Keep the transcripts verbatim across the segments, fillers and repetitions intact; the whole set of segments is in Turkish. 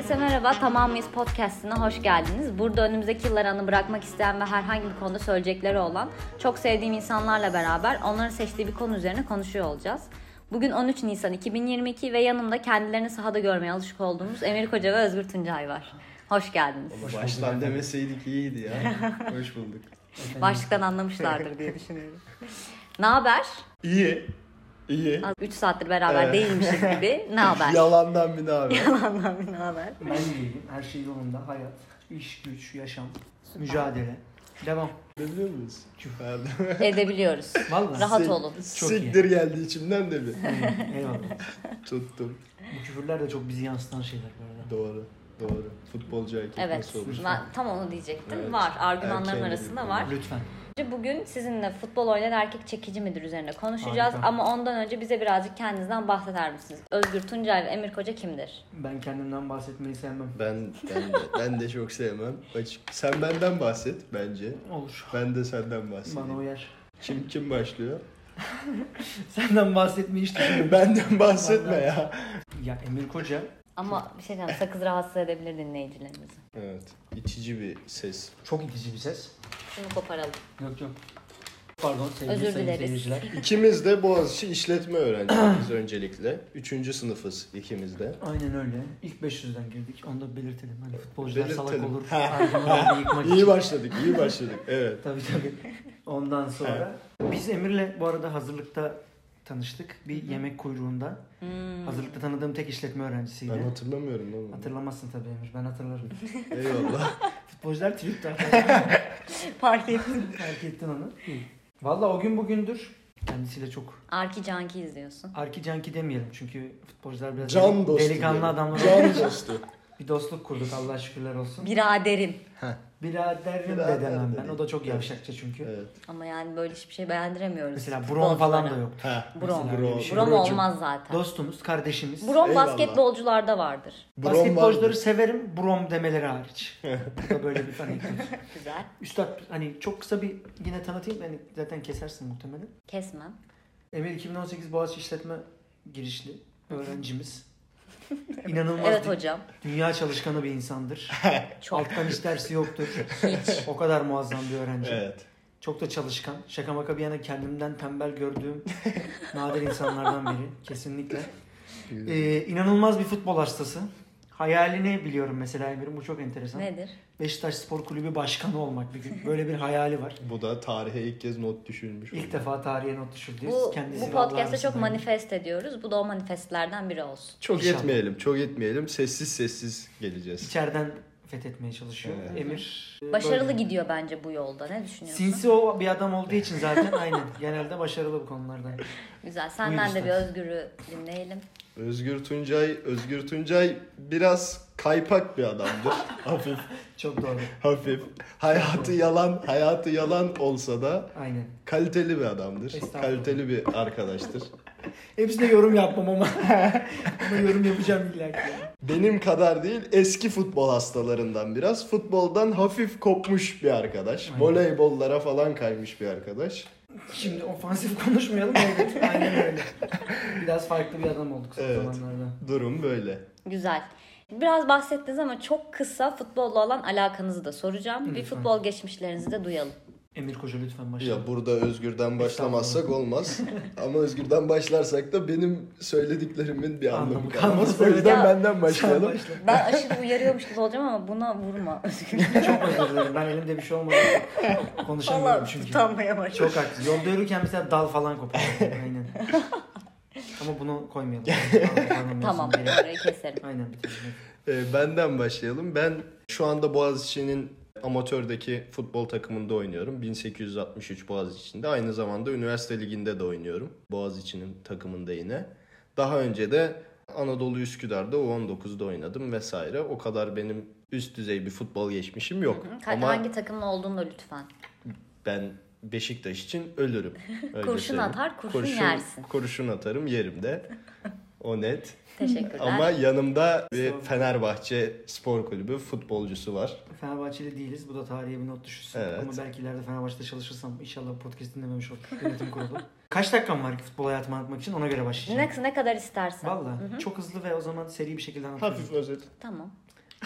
Herkese merhaba, Tamam Mıyız Podcast'ına hoş geldiniz. Burada önümüzdeki yılları anı bırakmak isteyen ve herhangi bir konuda söyleyecekleri olan çok sevdiğim insanlarla beraber onların seçtiği bir konu üzerine konuşuyor olacağız. Bugün on üç Nisan iki bin yirmi iki ve yanımda kendilerini sahada görmeye alışık olduğumuz Emir Koca ve Özgür Tuncay var. Hoş geldiniz. Baştan demeseydik iyiydi ya. Hoş bulduk. Başlıktan anlamışlardır diye düşünüyorum. Ne haber? İyi. İyi. üç saattir beraber evet. değilmişiz gibi. Ne haber? Yalandan bir ne haber? Yalandan bir ne haber? Ben iyiyim. Her şey yolunda. Hayat, iş, güç, yaşam, Süper. mücadele. Devam. Edebiliyor muyuz? Edebiliyoruz. Vallahi. Rahat Sik, olun. Siktir geldi içimden de bir. Eyvallah. Tuttum. Bu küfürler de çok bizi yansıtan şeyler bu arada. Doğru. Doğru. Futbolcu erkek evet. nasıl olur? Ben tam onu diyecektim. Evet. Var. Argümanların Erkeğin arasında var. Lütfen. Bugün sizinle futbol oynayan erkek çekici midir üzerine konuşacağız. Harika. Ama ondan önce bize birazcık kendinizden bahseder misiniz? Özgür Tuncay ve Emir Koca kimdir? Ben kendimden bahsetmeyi sevmem. Ben ben de, ben de çok sevmem. Açık. Sen benden bahset bence. Olur. Ben de senden bahsedeyim. Bana uyar. Kim kim başlıyor? Senden bahsetmeyi hiç düşünmüyorum. Benden bahsetme Vallahi. ya. Ya Emir Koca. Ama bir şey diyeceğim, sakız rahatsız edebilir dinleyicilerimizi. Evet. İtici bir ses. Çok itici bir ses. Şunu koparalım. Yok yok. Pardon sevgili Özür sayın dileriz. seyirciler. İkimiz de Boğaziçi işletme öğrencisiyiz öncelikle. Üçüncü sınıfız ikimiz de. Aynen öyle. İlk beş yüzden girdik. Onu da belirtelim. Hani futbolcular Belirtelim. salak olur. Argümanları yıkmak için. İyi başladık, iyi başladık. Evet. Tabii tabii. Ondan sonra biz Emir'le bu arada hazırlıkta tanıştık. Bir Hı-hı. yemek kuyruğunda. Hmm. Hazırlıkta tanıdığım tek işletme öğrencisiydi. Ben hatırlamıyorum ama. Hatırlamazsın tabii Emir. Ben hatırlarım. Eyvallah. Futbolcular tripler. Fark ettim. Fark ettin onu. Valla o gün bugündür kendisiyle çok... Arki Canki izliyorsun. Arki Canki demeyelim çünkü futbolcular biraz Can deli, dostu delikanlı diyelim. adamlar. Can dostu. Bir dostluk kurduk Allah'a şükürler olsun. Biraderim. Biraderim de Birader demem ben. dedik. O da çok yavşakça çünkü. Evet. Ama yani böyle hiçbir şey beğendiremiyoruz. Mesela Brom falan da yoktu. Ha. Brom. Brom. Bir şey. Brom Brocum. olmaz zaten. Dostumuz, kardeşimiz. Brom Eyvallah. basketbolcularda vardır. Brom Basketbolcuları vardır. severim, Brom demeleri hariç. Bu da böyle bir anekdot. Güzel. Üstad hani çok kısa bir yine tanıtayım. Yani zaten kesersin muhtemelen. Kesmem. Emir iki bin on sekiz Boğaziçi İşletme girişli öğrencimiz. İnanılmaz Evet bir- hocam. dünya çalışkanı bir insandır. Çok. Alttan hiç dersi yoktur. Hiç. O kadar muazzam bir öğrenci. Evet. Çok da çalışkan. Şaka maka bir yana kendimden tembel gördüğüm nadir insanlardan biri. Kesinlikle. Ee, inanılmaz bir futbol hastası. Hayalini biliyorum mesela Emir'in. Bu çok enteresan. Nedir? Beşiktaş Spor Kulübü başkanı olmak bir gün. Böyle bir hayali var. Bu da tarihe ilk kez not düşürmüş. İlk oldu. defa tarihe not düşürdü. Bu, Kendisi bu ve Allah podcast'te çok arasında. manifest ediyoruz. Bu da o manifestlerden biri olsun. Çok İnşallah. etmeyelim, çok etmeyelim. Sessiz sessiz geleceğiz. İçeriden fethetmeye çalışıyor. Evet. Emir. e, Başarılı böyle. gidiyor bence bu yolda. Ne düşünüyorsun? Sinsi o bir adam olduğu için zaten aynen. Genelde başarılı bu konularda. Güzel. Senden de Buyur bir usta. Özgür'ü dinleyelim. Özgür Tuncay, Özgür Tuncay biraz kaypak bir adamdır. Hafif, Çok doğru. hafif. Hayatı yalan, hayatı yalan olsa da Aynen. kaliteli bir adamdır. Estağfurullah. Kaliteli bir arkadaştır. Hepsine yorum yapmam ama. Ama yorum yapacağım illa ki. Benim kadar değil, eski futbol hastalarından biraz. Futboldan hafif kopmuş bir arkadaş. Aynen. Voleybollara falan kaymış bir arkadaş. Şimdi ofansif konuşmayalım. Evet, aynen öyle. Biraz farklı bir adam olduk son Evet. zamanlarda. Durum böyle. Güzel. Biraz bahsettiniz ama çok kısa futbolla olan alakanızı da soracağım. Bir Lütfen. futbol geçmişlerinizi de duyalım. Emir Koca lütfen başla. Ya burada Özgür'den başlamazsak olmaz. Ama Özgür'den başlarsak da benim söylediklerimin bir anlamı Anlamı kalmaz. kalmaz. O yüzden Ya, benden Sen başlayalım. başla. Ben aşırı uyarıyormuş gibi olacağım ama buna vurma Özgür. Çok özür dilerim. Ben elimde bir şey olmadı. Konuşamıyorum çünkü. tutanmaya başladım. Çok haklısın. Yolda yürürken mesela dal falan kopuyor. Aynen. Ama bunu koymayalım. Tamam, Gerek. orayı keserim. Aynen. bitirelim. Ee, benden başlayalım. Ben şu anda Boğaziçi'nin amatördeki futbol takımında oynuyorum. bin sekiz yüz altmış üç Boğaziçi'nde. Aynı zamanda üniversite liginde de oynuyorum. Boğaziçi'nin takımında yine. Daha önce de Anadolu Üsküdar'da U on dokuzda oynadım vesaire. O kadar benim üst düzey bir futbol geçmişim yok. Hı hı. Ama Hangi takımın olduğunu da lütfen. ben Beşiktaş için ölürüm. Öyle Kurşun söyleyeyim. atar, kurşun yersin. Kurşun atarım yerimde. O net. Teşekkürler. Ama yanımda bir Fenerbahçe Spor Kulübü futbolcusu var. Fenerbahçeli değiliz. Bu da tarihe bir not düşürsün. Evet. Ama belki ileride Fenerbahçe'de çalışırsam inşallah podcast dinlememiş olur. Yönetim kurulu. Kaç dakikam var ki futbol hayatımı anlatmak için? Ona göre başlayacağım. Ne, ne kadar istersen. Valla çok hızlı ve o zaman seri bir şekilde anlatacağım. Hafif özet. Tamam.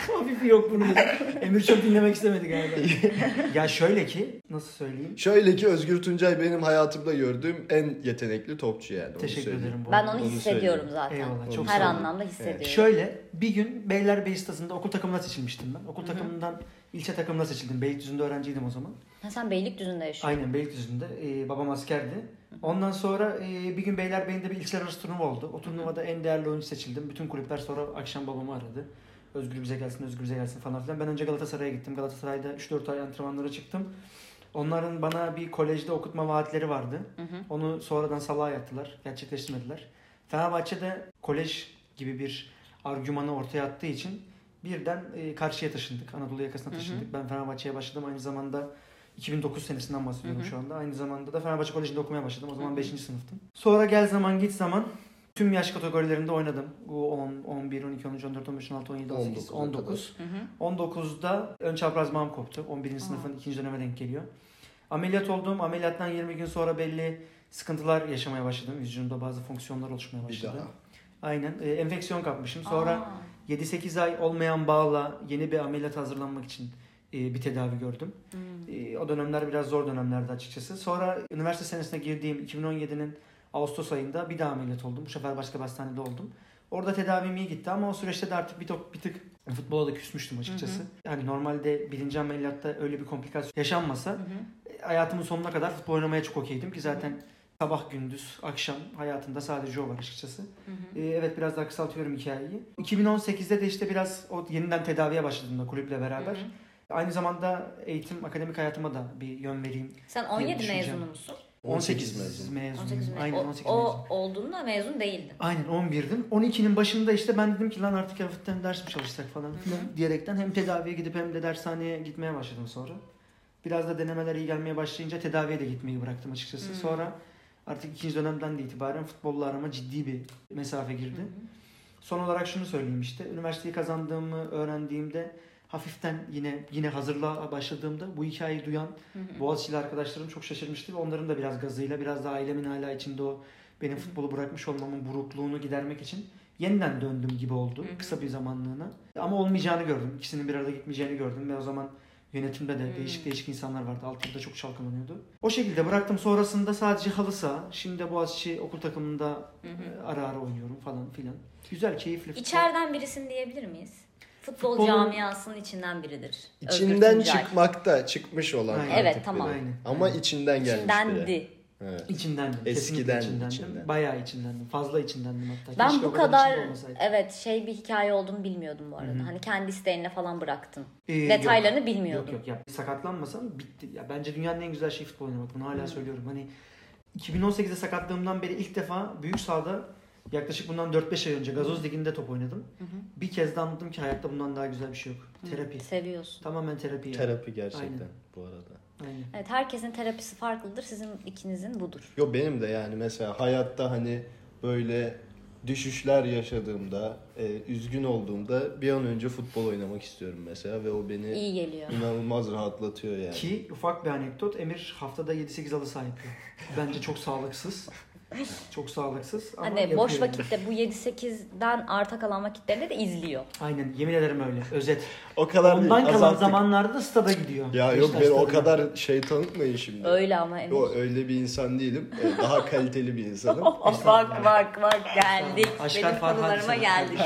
Hafifi yok bunu dedim. Emir çok dinlemek istemedi galiba. Ya şöyle ki nasıl söyleyeyim? Şöyle ki Özgür Tuncay benim hayatımda gördüğüm en yetenekli topçu yani. Teşekkür ederim. Bu Ben arada. onu Onu hissediyorum söyleyeyim. zaten. Eyvallah, çok Her sağ olun. anlamda hissediyorum. Evet. Şöyle bir gün Beylerbeyi Stası'nda okul takımına seçilmiştim ben. Okul Hı-hı. takımından ilçe takımına seçildim. Beylikdüzü'nde öğrenciydim o zaman. Ha, sen Beylikdüzü'nde yaşıyorsun. Aynen Beylikdüzü'nde. Ee, babam askerdi. Ondan sonra e, bir gün Beylerbeyi'nde bir ilçeler arası turnuva oldu. O turnuvada en değerli oyuncu seçildim. Bütün kulüpler sonra akşam babamı aradı. Özgür bize gelsin, Özgür bize gelsin falan filan. Ben önce Galatasaray'a gittim. Galatasaray'da üç dört ay antrenmanlara çıktım. Onların bana bir kolejde okutma vaatleri vardı. Hı hı. Onu sonradan salağa yattılar. Gerçekleştirmediler. Fenerbahçe'de kolej gibi bir argümanı ortaya attığı için birden e, karşıya taşındık. Anadolu yakasına taşındık. Hı hı. Ben Fenerbahçe'ye başladım. Aynı zamanda iki bin dokuz senesinden bahsediyorum hı hı. şu anda. Aynı zamanda da Fenerbahçe Koleji'nde okumaya başladım. O zaman beşinci sınıftım. Sonra gel zaman git zaman tüm yaş kategorilerinde oynadım. Bu on, on bir, on iki, on üç, on dört, on beş, on altı, on yedi, on sekiz, on dokuz. Hı hı. on dokuzda ön çapraz bağım koptu. on birinci sınıfın ikinci döneme denk geliyor. Ameliyat oldum. Ameliyattan yirmi gün sonra belli sıkıntılar yaşamaya başladım. Vücudumda bazı fonksiyonlar oluşmaya başladı. Aynen. E, enfeksiyon kapmışım. Sonra Aa. yedi sekiz ay olmayan bağla yeni bir ameliyat hazırlanmak için bir tedavi gördüm. Hmm. O dönemler biraz zor dönemlerdi açıkçası. Sonra üniversite senesine girdiğim iki bin on yedinin Ağustos ayında bir daha ameliyat oldum. Bu sefer başka bir hastanede oldum. Orada tedavim iyi gitti ama o süreçte de artık bir, tok, bir tık futbola da küsmüştüm açıkçası. Hı hı. Yani normalde birinci ameliyatta öyle bir komplikasyon yaşanmasa hı hı. hayatımın sonuna kadar futbol oynamaya çok okeydim ki zaten hı hı. sabah, gündüz, akşam hayatımda sadece o var açıkçası. Hı hı. Ee, evet biraz daha kısaltıyorum hikayeyi. iki bin on sekizde de işte biraz o yeniden tedaviye başladım da kulüple beraber. Hı hı. Aynı zamanda eğitim, akademik hayatıma da bir yön vereyim. Sen on yedi mezunu musun? on sekiz mezun. mezun. on sekiz mezun. Aynen o, on sekiz o mezun. olduğunda mezun değildin. Aynen on birdim. on ikinin başında işte ben dedim ki lan artık hafiften ders mi çalışsak falan filan diyerekten hem tedaviye gidip hem de dershaneye gitmeye başladım sonra. Biraz da denemeler iyi gelmeye başlayınca tedaviye de gitmeyi bıraktım açıkçası. Hı-hı. Sonra artık ikinci dönemden de itibaren futbolla arama ciddi bir mesafe girdi. Hı-hı. Son olarak şunu söyleyeyim işte. Üniversiteyi kazandığımı öğrendiğimde hafiften yine yine hazırlığa başladığımda bu hikayeyi duyan hı hı. Boğaziçi'li arkadaşlarım çok şaşırmıştı ve onların da biraz gazıyla biraz da ailemin hala içinde o benim futbolu bırakmış olmamın burukluğunu gidermek için yeniden döndüm gibi oldu hı hı. kısa bir zamanlığına. Ama olmayacağını gördüm. İkisinin bir arada gitmeyeceğini gördüm ve o zaman yönetimde de hı. değişik değişik insanlar vardı. Altyapıda çok çalkalanıyordu. O şekilde bıraktım. Sonrasında sadece halı saha. Şimdi de Boğaziçi okul takımında hı hı. ara ara oynuyorum falan filan. Güzel, keyifli. İçeriden birisin diyebilir miyiz? Futbol Futbolun... camiasının içinden biridir. İçinden çıkmakta, çıkmış olan. Aynen. Evet, tamam. Aynen. Ama Aynen. içinden gelmiş İçindendi. biri. Evet. İçindendim. Eskiden içindendim. içinden. Bayağı içindendim. Fazla içindendim hatta. Ben Keşke bu kadar evet şey bir hikaye olduğunu bilmiyordum bu arada. Hı-hı. Hani kendi isteğinle falan bıraktın. Ee, Detaylarını yok. bilmiyordum. Yok yok ya sakatlanmasam bitti. Ya bence dünyanın en güzel şeyi futbol oynamak. Bunu hala Hı-hı. söylüyorum. Hani iki bin on sekizde sakatlığımdan beri ilk defa büyük sahada yaklaşık bundan dört beş ay önce Gazoz Ligi'nde top oynadım. Hı hı. Bir kez de anladım ki hayatta bundan daha güzel bir şey yok. Hı, terapi. Seviyorsun. Tamamen terapi. Yani. Terapi gerçekten Aynen. bu arada. Aynen. Evet, herkesin terapisi farklıdır. Sizin ikinizin budur. Yo benim de yani mesela hayatta hani böyle düşüşler yaşadığımda, e, üzgün olduğumda bir an önce futbol oynamak istiyorum mesela ve o beni iyi geliyor. İnanılmaz rahatlatıyor yani. Ki ufak bir anekdot, Emir haftada yedi sekiz halı saha yapıyor. Bence çok sağlıksız. Çok sağlıksız ama hani boş vakitte bu yedi sekizden arta kalan vakitlerinde de izliyor. Aynen, yemin ederim öyle. Özet. O kadar ondan değil, kalan azalttık. Zamanlarda stada gidiyor. Ya yok ben o kadar şey tanıtmayın şimdi. Öyle ama Emir. Yo, öyle bir insan değilim. Daha kaliteli bir insanım. bak bak bak geldik. Aşkar Benim konularıma geldik.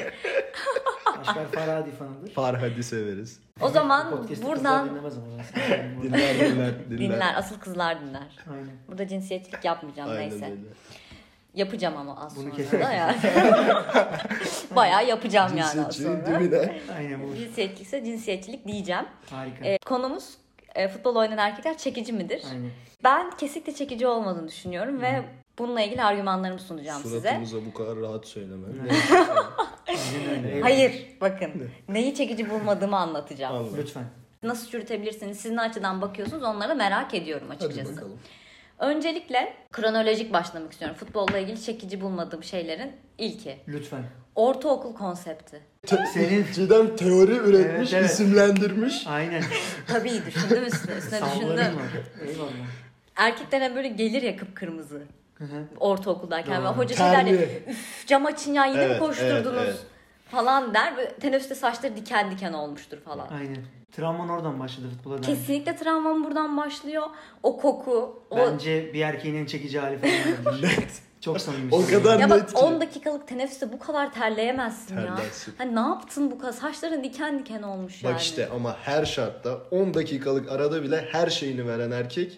Aşkar Farhadi fanıdır. Farhadi severiz. O zaman buradan dinler, dinler, dinler. Dinler. Asıl kızlar dinler. Aynen. Burada cinsiyetçilik yapmayacağım. Aynen neyse. Öyle. Yapacağım ama az Bunu sonra da yani. Bayağı yapacağım yani az sonra. Aynen bu. Cinsiyetçilikse cinsiyetçilik diyeceğim. Harika. Ee, konumuz e, futbol oynayan erkekler çekici midir? Aynen. Ben kesinlikle çekici olmadığını düşünüyorum Hı. ve bununla ilgili argümanlarımı sunacağım Suratımıza size. bu kadar rahat söylemem. Hayır bakın neyi çekici bulmadığımı anlatacağım. Anladım. Lütfen. Nasıl çürütebilirsiniz? Siz ne açıdan bakıyorsunuz? Onları merak ediyorum açıkçası. Hadi bakalım. Öncelikle kronolojik başlamak istiyorum. Futbolla ilgili çekici bulmadığım şeylerin ilki. Lütfen. Ortaokul konsepti. Senin cidden teori üretmiş, evet, evet. isimlendirmiş. Aynen. Tabii düşündüm üstüne, üstüne düşündüm. Eyvallah. Erkeklere böyle gelir ya kıpkırmızı. Hı hı. Ortaokuldayken. Doğru. Ve hoca şey derdi, üf cam açın ya yine evet, mi koşturdunuz? Evet, evet. falan der. Böyle teneffüste saçları diken diken olmuştur falan. Aynen. Travman oradan başladı futbola dair. Kesinlikle travmam buradan başlıyor. O koku. O... Bence bir erkeğin en çekici hali falan. Net. Çok samimi. O kadar Ya bak net ki. on dakikalık teneffüste bu kadar terleyemezsin Terlersin. ya. Hani ne yaptın bu kadar? Saçların diken diken olmuş yani. Bak işte ama her şartta on dakikalık arada bile her şeyini veren erkek.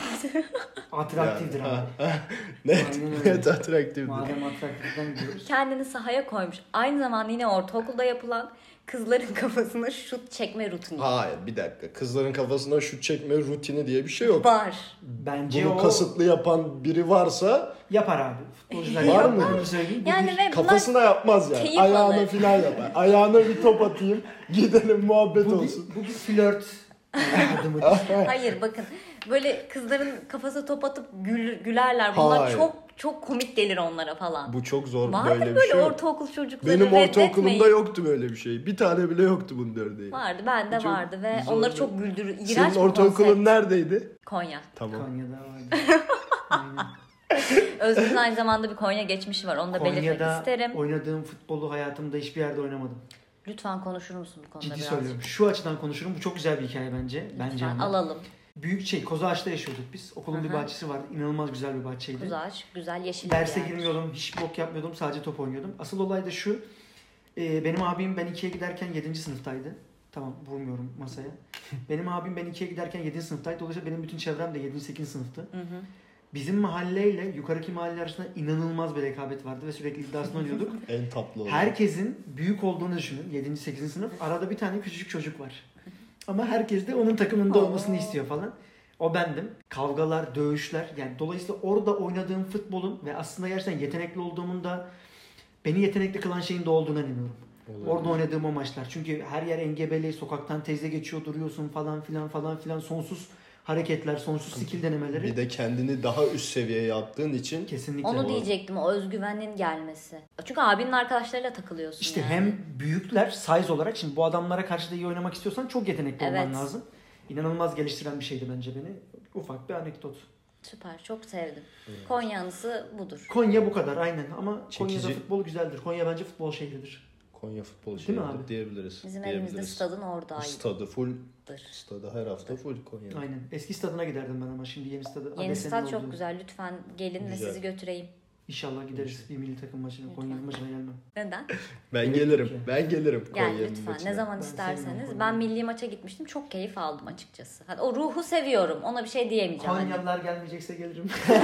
Atraktiftir Yani, abi. ha, ha. Net, Aynen öyle. net atraktiftir. Madem atraktiften gidiyoruz. Kendini sahaya koymuş. Aynı zamanda yine ortaokulda yapılan kızların kafasına şut çekme rutini. Hayır bir dakika. Kızların kafasına şut çekme rutini diye bir şey yok. Var. Bence Bunu o kasıtlı yapan biri varsa yapar abi. Futbolcular Var yapar. mı? Bunu söyleyeyim. Bu Yani bir- ve bunlar kafasına yapmaz yani. keyif Ayağına alır. filan yapar. Ayağına bir top atayım. Gidelim muhabbet bu, olsun. bir, bu bir flört adımı. hayır bakın böyle kızların kafasına top atıp gül, gülerler. Bunlar Hayır. çok çok komik gelir onlara falan. Bu çok zor Vardır böyle böyle, bir şey yok. ortaokul çocukları. Benim ortaokulumda reddetmeyin. yoktu böyle bir şey. Bir tane bile yoktu bunun örneği. Vardı bende Çok vardı ve zor onları bir- çok güldürür. İğrenç Senin bir ortaokulun konsept. neredeydi? Konya. Tamam. Konya'da vardı. Aynen. Özgür'ün aynı zamanda bir Konya geçmişi var. Onu da belirtmek Konya'da isterim. oynadığım futbolu hayatımda hiçbir yerde oynamadım. Lütfen konuşur musun bu konuda Ciddi biraz? söylüyorum. Şu açıdan konuşurum. Bu çok güzel bir hikaye bence. Bence Lütfen ama. alalım. Büyük şey Kozağaç'ta yaşıyorduk biz. Okulun bir Hı hı. bahçesi vardı. İnanılmaz güzel bir bahçeydi. Güzel, güzel yeşil Derse bir yer. girmiyordum. Hiç blok yapmıyordum. Sadece top oynuyordum. Asıl olay da şu. e, benim abim ben ikiye giderken yedinci sınıftaydı. Tamam vurmuyorum masaya. Benim abim ben ikiye giderken yedinci sınıftaydı. Dolayısıyla benim bütün çevrem de yedinci sekizinci sınıftı. Hı hı. Bizim mahalleyle yukarıki mahalle arasında inanılmaz bir rekabet vardı ve sürekli iddiasını oynuyorduk. En tatlı olan. Herkesin büyük olduğunu düşünün. yedinci sekizinci sınıf. Arada bir tane küçücük çocuk var. Ama herkes de onun takımında olmasını istiyor falan. O bendim. Kavgalar, dövüşler. Yani dolayısıyla orada oynadığım futbolun ve aslında gerçekten yetenekli olduğumun da beni yetenekli kılan şeyin de olduğuna inanıyorum. Olabilir. Orada oynadığım o maçlar. Çünkü her yer engebeli, sokaktan teyze geçiyor duruyorsun falan filan falan filan. Sonsuz hareketler, sonsuz skill denemeleri. Bir de kendini daha üst seviyeye yaptığın için Kesinlikle. Onu Doğru. diyecektim, o özgüvenin gelmesi. Çünkü abinin arkadaşlarıyla takılıyorsun İşte yani. hem büyükler size olarak, şimdi bu adamlara karşı da iyi oynamak istiyorsan çok yetenekli olman Evet. lazım. İnanılmaz geliştiren bir şeydi bence beni. Ufak bir anekdot. Süper, çok sevdim. Konya anısı budur. Konya bu kadar aynen ama Çekici. Konya'da futbol güzeldir. Konya bence futbol şehridir. Konya futbol Değil mi şehridir abi? diyebiliriz. Bizim diyebiliriz. evimizde stadın oradaydı. Stadı full. Stadı her hafta full Konya. Aynen. Eski stadına giderdim ben ama şimdi yeni stadı. Yeni Adese'nin stad çok olduğu. güzel. Lütfen gelin ve Güzel. sizi götüreyim. İnşallah gideriz bir milli takım maçına. Lütfen. Konya maçına gelmem. Neden? Ben Gerek gelirim. yok ya. Ben gelirim Gel Konya'nın lütfen. maçına. Ne zaman Ben isterseniz. sevmiyorum Ben Konya'yı. milli maça gitmiştim. Çok keyif aldım açıkçası. Hadi o ruhu seviyorum. Ona bir şey diyemeyeceğim. Hani. Konyalılar gelmeyecekse gelirim.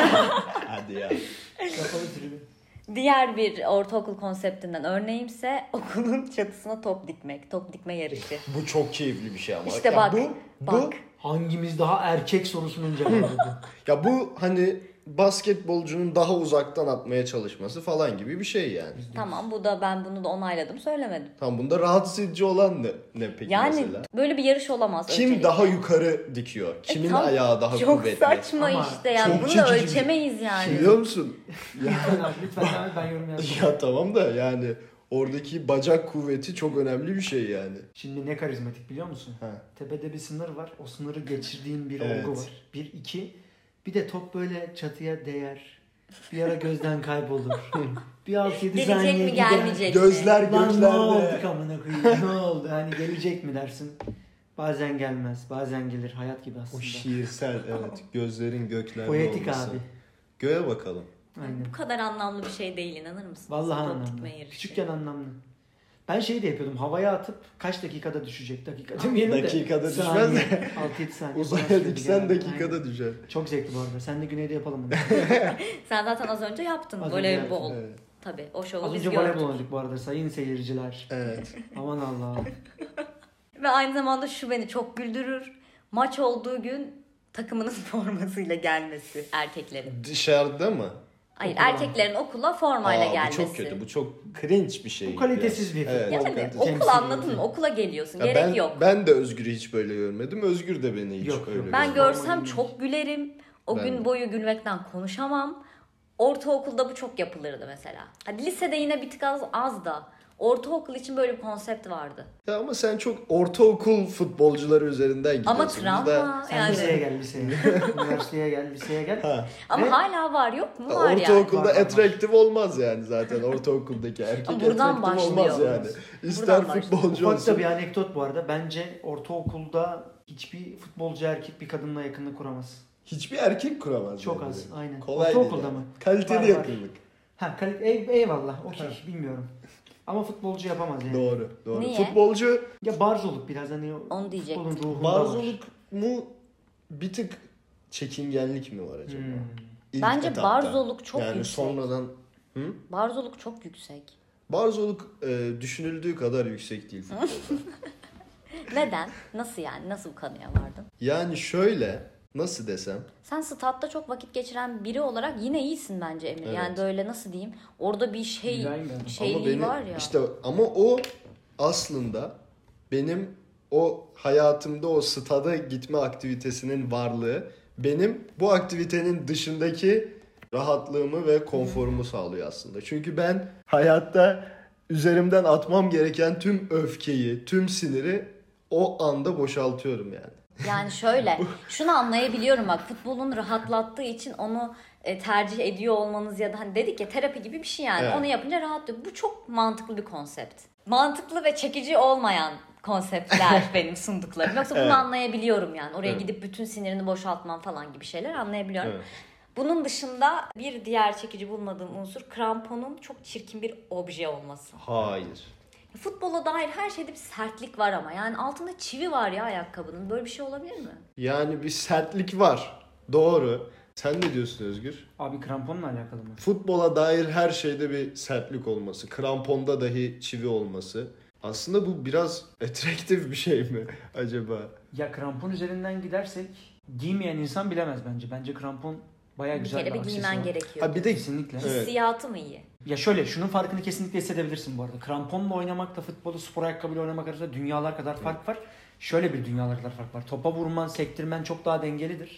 Hadi ya. Kapalı tribün. Diğer bir ortaokul konseptinden örneğimse okulun çatısına top dikmek. Top dikme yarışı. Bu çok keyifli bir şey ama. İşte Ya bak. Bu, bu, bak. Hangimiz daha erkek sorusunun cevabı bu. ya bu hani basketbolcunun daha uzaktan atmaya çalışması falan gibi bir şey yani. Tamam, bu da ben bunu da onayladım, söylemedim. Tam bunda rahatsız edici olan ne, ne peki Yani mesela? böyle bir yarış olamaz. Kim öncelikle. daha yukarı dikiyor? Kimin E, tam ayağı daha Çok kuvvetli? saçma Ama işte yani. çok Bunu çekici da bir- ölçemeyiz yani. Biliyor musun? Lütfen abi, lütfen abi, ben yorum yapayım. Ya tamam da yani oradaki bacak kuvveti çok önemli bir şey yani. Şimdi ne karizmatik biliyor musun? Ha. Tepede bir sınır var. O sınırı geçirdiğin bir Evet. olgu var. Bir, iki. Bir de top böyle çatıya değer. Bir ara gözden kaybolur. Bir altı yedi Gelecek saniye mi gider. gelmeyecek Gözler mi? Lan ne oldu göklerde. amına koyayım? Ne oldu? Hani gelecek mi dersin? Bazen gelmez. Bazen gelir. Hayat gibi O aslında. şiirsel evet. Gözlerin göklerde Poetik olması. abi. Göğe bakalım. Aynen. Bu kadar anlamlı bir şey değil, inanır mısın? Vallahi Top anlamlı. dikme yarışı. Küçükken anlamlı. Ben şey de yapıyordum. Havaya atıp kaç dakikada düşecek? Dakika demeyelim de. Dakikada düşmez Saniye. de. altı yedi saniye. Uzaya Sonra diksen yani. dakikada Aynen. düşer. Çok zevkli bu arada. Sen de güneyde yapalım bunu. Sen zaten az önce yaptın Az önce voleybol. Evet. Tabii o şovu Az biz önce gördük. voleybol oynadık bu arada sayın seyirciler. Evet. Aman Allah'ım. Ve aynı zamanda şu beni çok güldürür. Maç olduğu gün takımının formasıyla gelmesi erkeklerin. Dışarıda mı? Hayır, Okula. erkeklerin okula formayla Aa, gelmesi. bu çok kötü. Bu çok cringe bir şey. Bu kalitesiz biraz. bir Evet, futbol. çok Yani kalitesiz. okul Temsil anladın ediyor. mı? Okula geliyorsun. Ya Gerek ben, yok. Ben de Özgür'ü hiç böyle görmedim. Özgür de beni hiç Yok, öyle yok. Ben görmedi. görsem Formayı çok gülerim. O Ben gün de. boyu gülmekten konuşamam. Ortaokulda bu çok yapılırdı mesela. Hadi lisede yine bir tık az, az da. Ortaokul için böyle bir konsept vardı. Ya ama sen çok ortaokul futbolcuları üzerinden gidiyorsun. Ama travma Sen yani. liseye gel liseye. Üniversiteye gel liseye gel. Ha. Ama Ve- hala var yok mu? Var yani. Ortaokulda Var, var, var. atraktif olmaz yani zaten ortaokuldaki erkek Ama buradan atraktif olmaz başlıyor. yani. İster Buradan başlıyor. futbolcu Ufak da olsun. bir anekdot bu arada. Bence ortaokulda hiçbir futbolcu erkek bir kadınla yakınlık kuramaz. Hiçbir erkek kuramaz. Çok yani. az, aynen. Kolay Ortaokulda değil yani. mı? Kaliteli Var, var. yakınlık. Ha kalit ey, eyvallah okey bilmiyorum. Ama futbolcu yapamaz yani. Doğru, doğru. Niye? Futbolcu Ya barzoluk biraz hani o Onu diyecektim. futbolun ruhunda var. barzoluk mu bir tık çekingenlik mi var acaba? Hmm. İlk Bence etapta. barzoluk çok yani yüksek. sonradan hı? Barzoluk çok yüksek. Barzoluk e, düşünüldüğü kadar yüksek değil futbolda. Neden? Nasıl yani? Nasıl bu kanıya vardın? Yani şöyle nasıl desem Sen statta çok vakit geçiren biri olarak yine iyisin bence Emir. Evet. Yani böyle nasıl diyeyim? Orada bir şey Güzel ben. şeyliği ama benim var ya. işte ama o aslında benim o hayatımda o stada gitme aktivitesinin varlığı benim bu aktivitenin dışındaki rahatlığımı ve konforumu sağlıyor aslında. Çünkü ben hayatta üzerimden atmam gereken tüm öfkeyi, tüm siniri o anda boşaltıyorum yani. Yani şöyle, şunu anlayabiliyorum bak, futbolun rahatlattığı için onu e, tercih ediyor olmanız ya da hani dedik ya terapi gibi bir şey yani. Evet. Onu yapınca rahatlıyor. Bu çok mantıklı bir konsept. Mantıklı ve çekici olmayan konseptler benim sunduklarım. Yoksa bunu Evet. anlayabiliyorum yani. Oraya Evet. gidip bütün sinirini boşaltman falan gibi şeyler anlayabiliyorum. Evet. Bunun dışında bir diğer çekici bulmadığım unsur kramponun çok çirkin bir obje olması. Hayır. Futbola dair her şeyde bir sertlik var ama yani altında çivi var ya ayakkabının. Böyle bir şey olabilir mi? Yani bir sertlik var. Doğru. Sen ne diyorsun Özgür? Abi kramponla alakalı mı? Futbola dair her şeyde bir sertlik olması, kramponda dahi çivi olması. Aslında bu biraz atraktif bir şey mi acaba? Ya krampon üzerinden gidersek giymeyen insan bilemez bence. Bence krampon bayağı Bir güzel kere bir aksesuar. giymen gerekiyor. Ha bir de Kesinlikle. Evet. Hissiyatı mı iyi? Ya şöyle şunun farkını kesinlikle hissedebilirsin bu arada. Kramponla oynamakla futbolu spor ayakkabıyla oynamak arasında dünyalar kadar fark var. Şöyle bir dünyalar kadar fark var. Topa vurman, sektirmen çok daha dengelidir.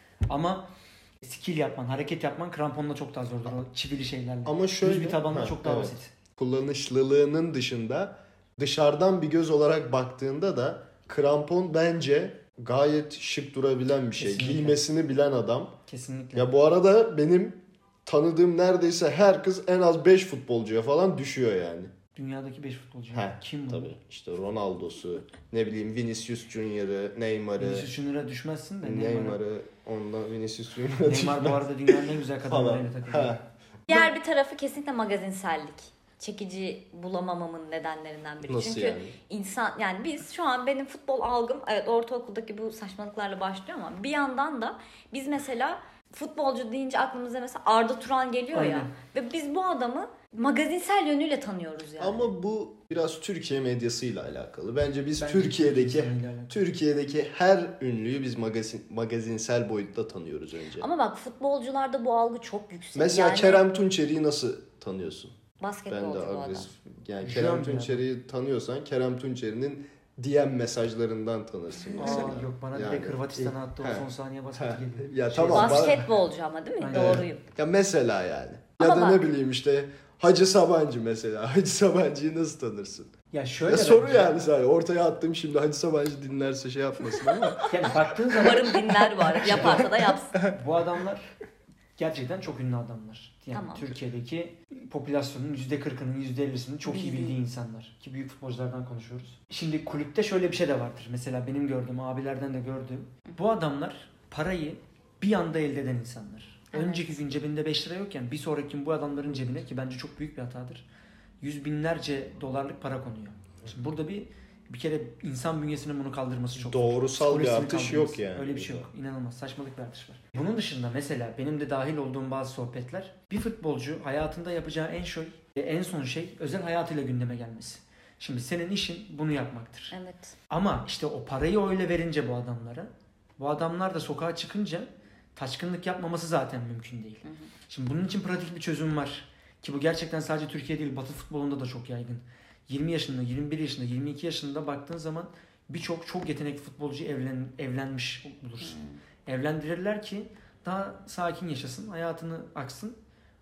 Ama skill yapman, hareket yapman kramponla çok daha zordur o çivili şeylerle. ama şöyle Düz bir tabanla Ha, çok daha evet. basit. Kullanışlılığının dışında dışarıdan bir göz olarak baktığında da krampon bence gayet şık durabilen bir şey. Kesinlikle. Giymesini bilen adam. Kesinlikle. Ya bu arada benim tanıdığım neredeyse her kız en az beş futbolcuya falan düşüyor yani. Dünyadaki beş futbolcu. He, Kim bu? tabii. İşte Ronaldo'su, ne bileyim Vinicius Junior'ı, Neymar'ı, Vinicius Junior'a düşmezsin de Neymar'a. Neymar''ı, ondan Vinicius Junior'a Neymar bu arada dünyanın en güzel kadınlarıyla takılıyor. Ha. Diğer bir tarafı kesinlikle magazinsellik. Çekici bulamamamın nedenlerinden biri. Nasıl Çünkü yani? insan yani biz şu an benim futbol algım evet ortaokuldaki bu saçmalıklarla başlıyor ama bir yandan da biz mesela futbolcu deyince aklımıza mesela Arda Turan geliyor ya Aynen. ve biz bu adamı magazinsel yönüyle tanıyoruz yani. Ama bu biraz Türkiye medyasıyla alakalı. Bence biz Bence Türkiye'deki Türkiye'yle alakalı. Türkiye'deki her ünlüyü biz magazin magazinsel boyutta tanıyoruz önce. Ama bak futbolcularda bu algı çok yüksek. Mesela yani, Kerem Tunçeri'yi nasıl tanıyorsun? Ben de basketbolcu bu adam. agresif. Yani Şu Kerem an Tunçeri'yi tanıyorsan Kerem Tunçeri'nin D M mesajlarından tanırsın mesela. Aa, yok bana Yani- direkt Hırvatistan'a attı He. o son saniye basket He. geliyor. Ya Şey- tamam. Basketbolcu ama değil mi? Aynen. Doğruyum. Ya mesela yani. Ama ya da bak- ne bileyim işte Hacı Sabancı mesela. Hacı Sabancı'yı nasıl tanırsın? Ya şöyle Ya soru bence- yani sadece. Ortaya attım şimdi Hacı Sabancı dinlerse şey yapmasın ama. Yani baktığın zaman Umarım dinler bu arada. Yaparsa da yapsın. bu adamlar gerçekten çok ünlü adamlar. Yani Tamam. Türkiye'deki popülasyonun yüzde kırkının yüzde ellisinin çok iyi Bildiği. bildiği insanlar. Ki büyük futbolculardan konuşuyoruz. Şimdi kulüpte şöyle bir şey de vardır. Mesela benim gördüğüm, abilerden de gördüğüm. Bu adamlar parayı bir anda elde eden insanlar. Evet. Önceki gün cebinde beş lira yokken bir sonraki gün bu adamların cebine, ki bence çok büyük bir hatadır, yüz binlerce dolarlık para konuyor. Şimdi burada bir bir kere insan bünyesinin bunu kaldırması çok zor. Doğrusal bir Psikolojisini artış kaldırması. yok yani. Öyle bir şey yok. İnanılmaz saçmalık bir artış var. Bunun dışında mesela benim de dahil olduğum bazı sohbetler, bir futbolcu hayatında yapacağı en şey, en son şey özel hayatıyla gündeme gelmesi. Şimdi senin işin bunu yapmaktır. Evet. Ama işte o parayı öyle verince bu adamlara, bu adamlar da sokağa çıkınca taşkınlık yapmaması zaten mümkün değil. Hı hı. Şimdi bunun için pratik bir çözüm var. Ki bu gerçekten sadece Türkiye değil, Batı futbolunda da çok yaygın. yirmi yaşında, yirmi bir yaşında, yirmi iki yaşında baktığın zaman birçok çok yetenekli futbolcu evlen, evlenmiş bulursun. Evlendirirler ki daha sakin yaşasın, hayatını aksın.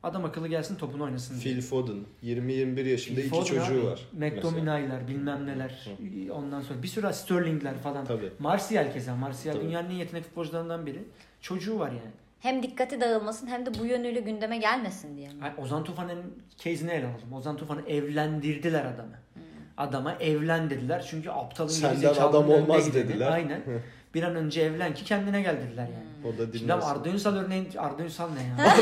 Adam akıllı gelsin topunu oynasın diye. Phil Foden yirmi yirmi bir yaşında Phil iki Foden çocuğu abi, var. McTominay'lar bilmem neler. Hı. Ondan sonra bir sürü Sterling'ler falan. Tabii. Martial keza. Martial Tabii. dünyanın en yetenekli futbolcularından biri. Çocuğu var yani. Hem dikkati dağılmasın hem de bu yönüyle gündeme gelmesin diye mi? Yani Ozan Tufan'ın case'ini ele alalım. Ozan Tufan'ı evlendirdiler adamı. Hmm. Adama evlen dediler. Çünkü aptalın senden adam olmaz dediler. Aynen. Bir an önce evlen ki kendine gel dediler yani. O da Şimdi dinlesin. Arda Ünsal örneğin... Arda Ünsal ne ya?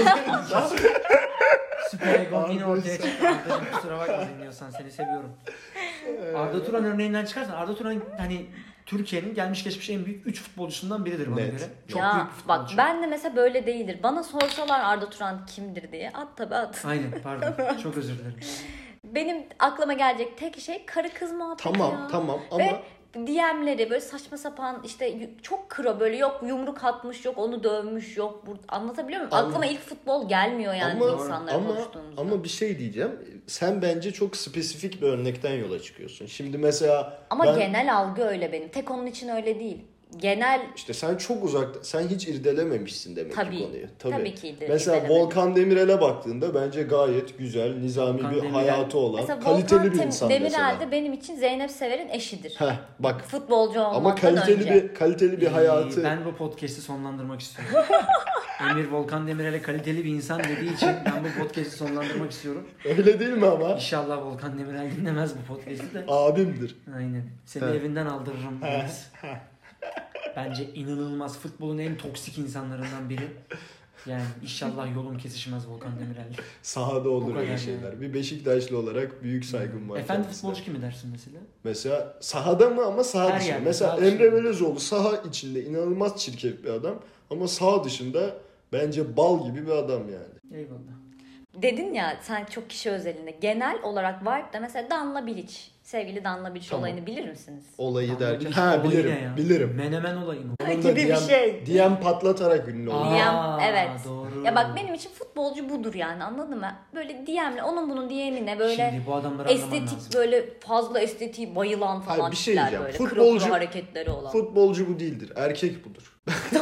Süper Egon yine ortaya çıktı. Arda'cığım kusura bakma dinliyorsan seni seviyorum. Arda Turan örneğinden çıkarsan Arda Turan hani Türkiye'nin gelmiş geçmiş en büyük üç futbolcusundan biridir bana Net. göre. Çok ya, büyük bir futbolcu. Bak ben de mesela böyle değildir. Bana sorsalar Arda Turan kimdir diye at tabii at. Aynen pardon. Çok özür dilerim. Benim aklıma gelecek tek şey karı kız muhabbeti Tamam ya. tamam ama... Ve D M'leri böyle saçma sapan işte çok kro böyle yok yumruk atmış yok onu dövmüş yok. Anlatabiliyor muyum? Ama, Aklıma ilk futbol gelmiyor yani ama, insanlara ama, konuştuğumuzda. ama bir şey diyeceğim. Sen bence çok spesifik bir örnekten yola çıkıyorsun. Şimdi mesela Ama ben, genel algı öyle benim. Tek onun için öyle değil. Genel işte sen çok uzakta, sen hiç irdelememişsin demek tabii, ki konuyu. Tabii, tabii ki irdelemedim. Mesela Volkan Demirel'e baktığında bence gayet güzel, nizami Volkan bir Demirel. hayatı olan, mesela kaliteli Volkan bir insan Demirel mesela. de benim için Zeynep Sever'in eşidir. Heh, bak. Futbolcu olmaktan Ama kaliteli önce. bir kaliteli bir Ee, hayatı. Ben bu podcast'i sonlandırmak istiyorum. Emir Volkan Demirel'e kaliteli bir insan dediği için ben bu podcast'i sonlandırmak istiyorum. Öyle değil mi ama? İnşallah Volkan Demirel dinlemez bu podcast'i de. Abimdir. Aynen. Seni He. evinden aldırırım. Deniz. Bence inanılmaz futbolun en toksik insanlarından biri. Yani inşallah yolum kesişmez Volkan Demirel'le. Sahada olur kadar öyle yani. şeyler. Bir Beşiktaşlı olarak büyük saygım var. Efendi kendisine. futbolcu kimi dersin mesela? Mesela sahada mı ama saha Her dışında. yerde, Mesela saha Emre dışında. Belözoğlu saha içinde inanılmaz çirkef bir adam. Ama saha dışında bence bal gibi bir adam yani. Eyvallah. Dedin ya sen çok kişi özelinde. Genel olarak var da mesela Danla Bilic. Sevgili Danla Bilic Tamam. olayını bilir misiniz? Olayı Anladım. derken. İşte Ha olayı bilirim. ne ya? Bilirim. Menemen olayı mı? Onun da Gibi bir D M, şey. D M patlatarak ünlü oldu. Aa, D M evet. doğru. Ya bak benim için futbolcu budur yani anladın mı? Böyle D M'le onun bunun D M'ine böyle Şimdi bu adamları anlaman estetik lazım. böyle fazla estetiği bayılan falan Hayır, bir şey tipler diyeceğim. böyle. Futbolcu- Kro kro hareketleri olan. Futbolcu bu değildir. Erkek budur.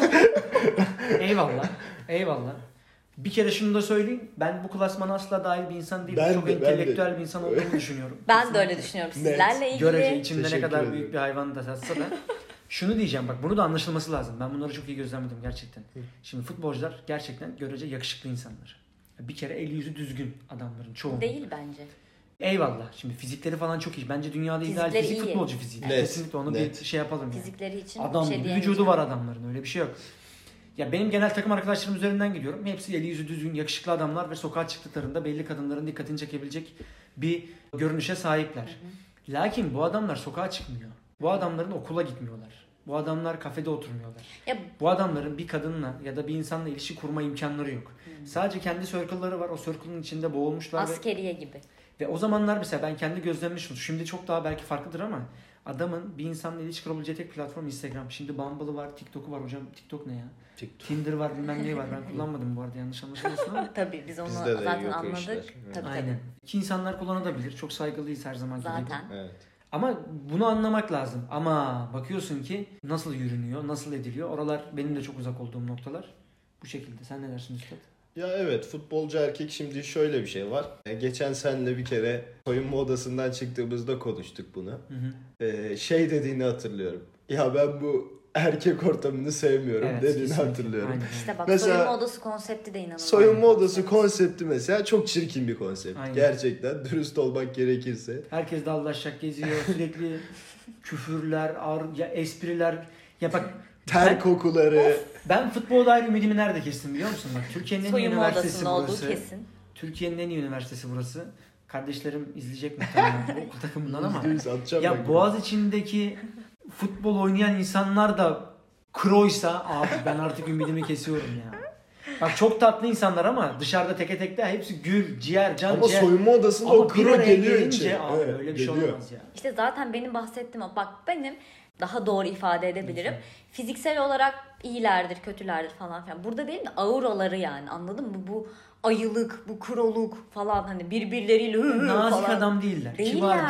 Eyvallah. Eyvallah. Bir kere şunu da söyleyeyim. Ben bu klasmana asla dahil bir insan değilim. Ben Çok de, ben entelektüel de. bir insan olduğumu düşünüyorum. Ben de öyle düşünüyorum. Net. Sizlerle ilgili. Görece içimde ne Teşekkür kadar ederim. büyük bir hayvan da satsa da şunu diyeceğim bak bunu da anlaşılması lazım. Ben bunları çok iyi gözlemledim gerçekten. Şimdi futbolcular gerçekten görece yakışıklı insanlar. Bir kere eli yüzü düzgün adamların çoğu. Değil bence. Eyvallah. Şimdi fizikleri falan çok iyi. Bence dünyada ideal Fizikleri fizik iyi. futbolcu fiziği. Net, Kesinlikle onu net. bir şey yapalım yani. Fizikleri için Adam bir şey gibi diyemeyeceğim. vücudu var adamların öyle bir şey yok. Ya benim genel takım arkadaşlarım üzerinden gidiyorum. Hepsi eli yüzü düzgün, yakışıklı adamlar ve sokağa çıktıklarında belli kadınların dikkatini çekebilecek bir görünüşe sahipler. Hı hı. Lakin bu adamlar sokağa çıkmıyor. Bu adamların okula gitmiyorlar. Bu adamlar kafede oturmuyorlar. Ya, Bu adamların bir kadınla ya da bir insanla ilişki kurma imkanları yok. Hı. Sadece kendi circle'ları var. O circle'ın içinde boğulmuşlar. askeriye ve... gibi. Ve o zamanlar mesela ben kendi gözlemmişim. Şimdi çok daha belki farklıdır ama adamın bir insanla ilişki kurabileceği tek platform Instagram. Şimdi Bumble'ı var, TikTok'u var. Hocam TikTok ne ya? TikTok. Tinder var bilmem ne var. Ben kullanmadım bu arada yanlış anlaşılmasın ama. Tabii biz onu Bizde de zaten yok o anladık. işler. Tabii, Aynen. tabii. Ki insanlar kullanabilir. Çok saygılıyız her zaman gibi. Zaten. Evet. Ama bunu anlamak lazım. Ama bakıyorsun ki nasıl yürünüyor, nasıl ediliyor. Oralar benim de çok uzak olduğum noktalar. Bu şekilde. Sen ne dersin Üstad? Ya evet futbolcu erkek şimdi şöyle bir şey var. E, Geçen senle bir kere soyunma odasından çıktığımızda konuştuk bunu. Hı hı. Ee, şey dediğini hatırlıyorum. Ya ben bu erkek ortamını sevmiyorum Evet, dediğini kesinlikle. hatırlıyorum. Aynen. İşte bak Mesela- soyunma odası konsepti de inanılmaz. Soyunma odası konsepti mesela çok çirkin bir konsept. Aynen. Gerçekten dürüst olmak gerekirse. Herkes dallaşacak geziyor. Sürekli küfürler, ar- ya espriler. Ya bak Ter ben, kokuları. ben futbola dair ümidimi nerede kestim biliyor musun? Bak Türkiye'nin en iyi Soyunma üniversitesi odasında burası. olduğu kesin. Türkiye'nin en iyi üniversitesi burası. Kardeşlerim izleyecek muhtemelen bu okul takımından ama. Yüzde yüz atacağım Ya ben. Boğaziçi'ndeki futbol oynayan insanlar da kroysa abi ben artık ümidimi kesiyorum ya. Bak çok tatlı insanlar ama dışarıda teke tekte hepsi gül, ciğer, can Ama ciğer. soyunma odasında Ama o bir kro araya geliyor gelince içeri. abi Evet, öyle bir şey geliyor. olmaz ya. İşte zaten benim bahsettiğim o. Bak benim daha doğru ifade edebilirim. Fiziksel olarak iyilerdir, kötülerdir falan filan. Burada değil de auraları yani anladın mı? Bu ayılık, bu kroluk falan hani birbirleriyle hı hı Nazik falan. adam değiller, Değiller. kibar değiller.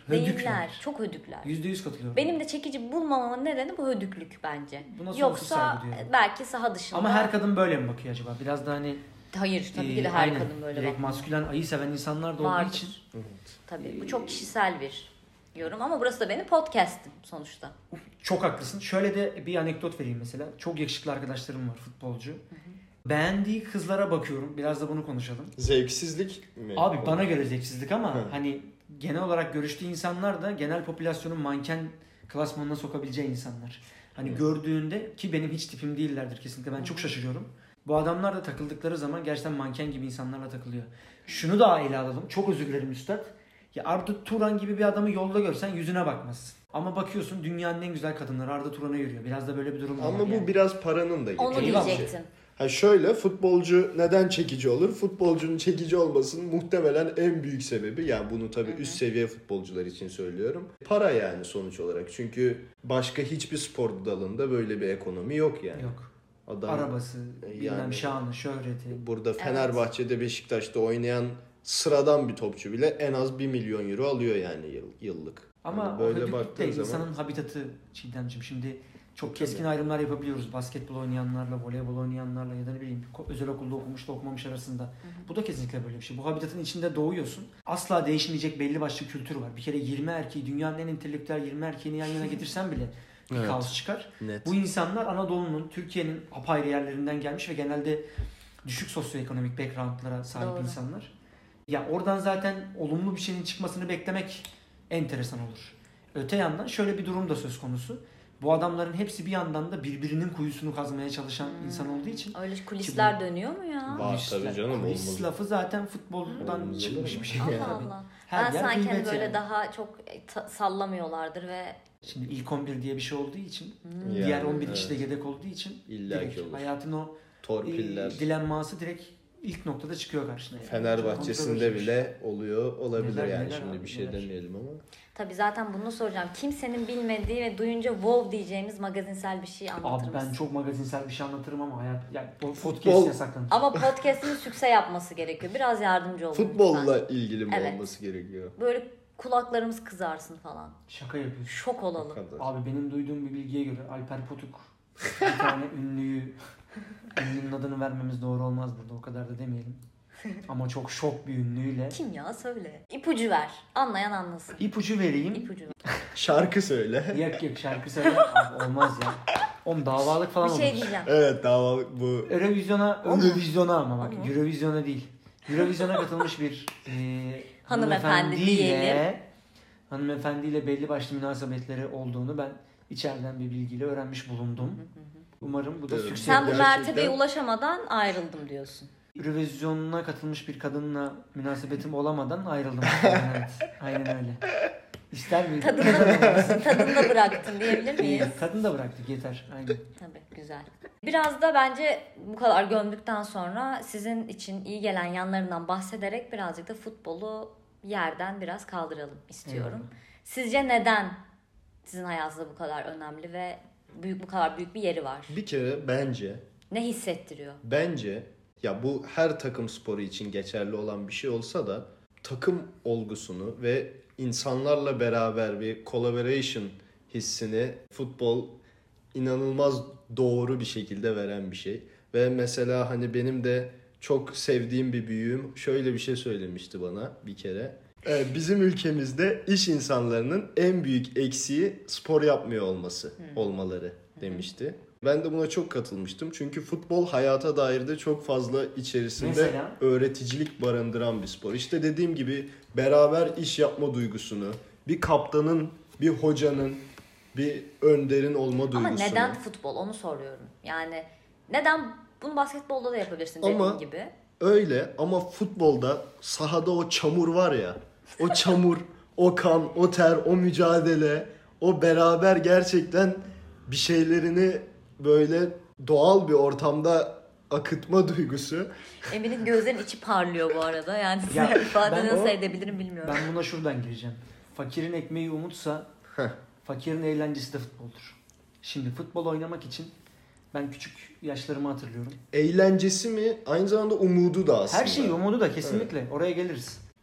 Değiller. Çok hödükler. yüzde yüz katılıyorum. Benim de çekici bulmamamın nedeni bu hödüklük bence. Buna sonsuz Yoksa saygı duyuyorum. belki saha dışında. Ama her kadın böyle mi bakıyor acaba? Biraz da hani Hayır tabii ki de e, her aynen, kadın böyle direkt bakmıyor. maskülen ayı seven insanlar da Vardır. olduğu için. Tabii bu çok kişisel bir yorum ama burası da benim podcast'im sonuçta. Çok haklısın. Şöyle de bir anekdot vereyim mesela. Çok yakışıklı arkadaşlarım var, futbolcu. Hı hı. Beğendiği kızlara bakıyorum. Biraz da bunu konuşalım. Zevksizlik mi? Abi bana göre zevksizlik ama Hı. hani genel olarak görüştüğü insanlar da genel popülasyonun manken klasmanına sokabileceği insanlar. Hani Hı. gördüğünde, ki benim hiç tipim değillerdir kesinlikle, ben Hı. çok şaşırıyorum. Bu adamlar da takıldıkları zaman gerçekten manken gibi insanlarla takılıyor. Şunu da ele alalım. Çok özür dilerim üstad. Ya Arda Turan gibi bir adamı yolda görsen yüzüne bakmazsın. Ama bakıyorsun dünyanın en güzel kadınları Arda Turan'a yürüyor. Biraz da böyle bir durum var. Ama bu yani. biraz paranın da Onu getirdiği diyecektim. Ha şöyle, futbolcu neden çekici olur? Futbolcunun çekici olmasının muhtemelen en büyük sebebi, yani bunu tabii Hı-hı. üst seviye futbolcular için söylüyorum, para yani sonuç olarak. Çünkü başka hiçbir spor dalında böyle bir ekonomi yok yani. Yok. Adam, arabası, yani, bilmem şanı, şöhreti. Burada Fenerbahçe'de, Beşiktaş'ta oynayan sıradan bir topçu bile en az bir milyon euro alıyor yani yıl, yıllık. Ama yani böyle baktığın zaman insanın habitatı Çiğdemciğim. Şimdi çok keskin ayrımlar yapabiliyoruz. Basketbol oynayanlarla, voleybol oynayanlarla ya da ne bileyim özel okulda okumuş da okumamış arasında. Hı hı. Bu da kesinlikle böyle bir şey. Bu habitatın içinde doğuyorsun. Asla değişmeyecek belli başlı kültür var. Bir kere yirmi erkeği, dünyanın en entelektüel yirmi erkeğini yan yana getirsen bile bir evet. kaos çıkar. Net. Bu insanlar Anadolu'nun, Türkiye'nin apayrı yerlerinden gelmiş ve genelde düşük sosyoekonomik background'lara sahip Doğru. insanlar. Ya oradan zaten olumlu bir şeyin çıkmasını beklemek enteresan olur. Öte yandan şöyle bir durum da söz konusu. Bu adamların hepsi bir yandan da birbirinin kuyusunu kazmaya çalışan hmm. insan olduğu için. Öyle kulisler dönüyor mu ya? Var tabii canım. Kulis olmaz. lafı zaten futboldan olmaz çıkmış bir şey. Allah yani. Allah. Her ben sanki hani böyle yani. Daha çok ta- sallamıyorlardır ve... Şimdi ilk on bir diye bir şey olduğu için, hmm. diğer yani, on bir kişi evet. de yedek olduğu için İlla direkt olur. hayatın o torpiller, e, dilenması direkt ilk noktada çıkıyor karşına. Yani. Fenerbahçe'sinde bile oluyor olabilir neler, yani neler şimdi abi, bir şey neler. demeyelim ama. Tabii zaten bunu soracağım. Kimsenin bilmediği ve duyunca wow diyeceğimiz magazinsel bir şey anlatır Abi ben mısın? çok magazinsel bir şey anlatırım ama hayat yani podcast Futbol... yasaklanır. Ama podcast'in sükse yapması gerekiyor. Biraz yardımcı olun. Futbolla lütfen. ilgili mi evet. olması gerekiyor? Böyle kulaklarımız kızarsın falan. Şaka yapıyorsun. Şok olalım. Abi benim duyduğum bir bilgiye göre Alper Potuk bir tane ünlüyü, ünlünün adını vermemiz doğru olmaz burada, o kadar da demeyelim. Ama çok şok bir ünlüyle. Kim ya, söyle. İpucu ver. Anlayan anlasın. İpucu vereyim. İpucu ver. Şarkı söyle. Yok yok şarkı söyle. Abi olmaz ya. Oğlum davalık falan olur. Bir şey olur. diyeceğim. Evet davalık bu. Eurovizyona, Eurovizyona ama bak ama. Eurovizyona değil. Eurovizyona katılmış bir e, hanımefendi diyelim. Hanımefendiyle belli başlı münasebetleri olduğunu ben içeriden bir bilgiyle öğrenmiş bulundum. Umarım bu da evet. sükse. Sen bu mertebeye ulaşamadan ayrıldım diyorsun. Eurovizyonuna katılmış bir kadınla münasebetim olamadan ayrıldım. Evet, aynen öyle. İster miydin? Tadında bıraktın, tadında bıraktın diyebilir miyiz? Tadında bıraktık, yeter. Aynen. Tabii, güzel. Biraz da bence bu kadar gömdükten sonra sizin için iyi gelen yanlarından bahsederek birazcık da futbolu yerden biraz kaldıralım istiyorum. Evet. Sizce neden sizin hayatınızda bu kadar önemli ve büyük bu kadar büyük bir yeri var? Bir kere bence... Ne hissettiriyor? Bence... Ya bu her takım sporu için geçerli olan bir şey olsa da takım olgusunu ve insanlarla beraber bir collaboration hissini futbol inanılmaz doğru bir şekilde veren bir şey. Ve mesela hani benim de çok sevdiğim bir büyüğüm şöyle bir şey söylemişti bana bir kere. Ee, bizim ülkemizde iş insanlarının en büyük eksiği spor yapmıyor olması, hmm. olmaları demişti. Ben de buna çok katılmıştım. Çünkü futbol hayata dair de çok fazla içerisinde mesela? öğreticilik barındıran bir spor. İşte dediğim gibi beraber iş yapma duygusunu, bir kaptanın, bir hocanın, bir önderin olma duygusunu. Ama neden futbol, onu soruyorum. Yani neden, bunu basketbolda da yapabilirsin dediğin ama gibi. Öyle ama futbolda sahada o çamur var ya, o çamur, o kan, o ter, o mücadele, o beraber gerçekten bir şeylerini böyle doğal bir ortamda akıtma duygusu. Emin'in gözlerinin içi parlıyor bu arada. Yani size ifade nasıl edebilirim bilmiyorum. Ben buna şuradan gireceğim. Fakirin ekmeği umutsa fakirin eğlencesi de futboldur. Şimdi futbol oynamak için ben küçük yaşlarımı hatırlıyorum. Eğlencesi mi? Aynı zamanda umudu da aslında. Her şey umudu da kesinlikle. Evet. Oraya geliriz.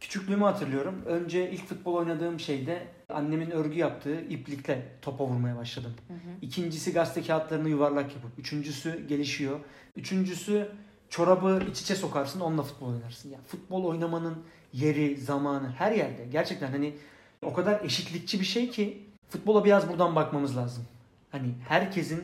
Küçüklüğümü hatırlıyorum. Önce ilk futbol oynadığım şeyde annemin örgü yaptığı iplikle topa vurmaya başladım. Hı hı. İkincisi gazete kağıtlarını yuvarlak yapıp. Üçüncüsü gelişiyor. Üçüncüsü çorabı iç içe sokarsın, onunla futbol oynarsın. Yani futbol oynamanın yeri, zamanı her yerde. Gerçekten hani o kadar eşitlikçi bir şey ki futbola biraz buradan bakmamız lazım. Hani herkesin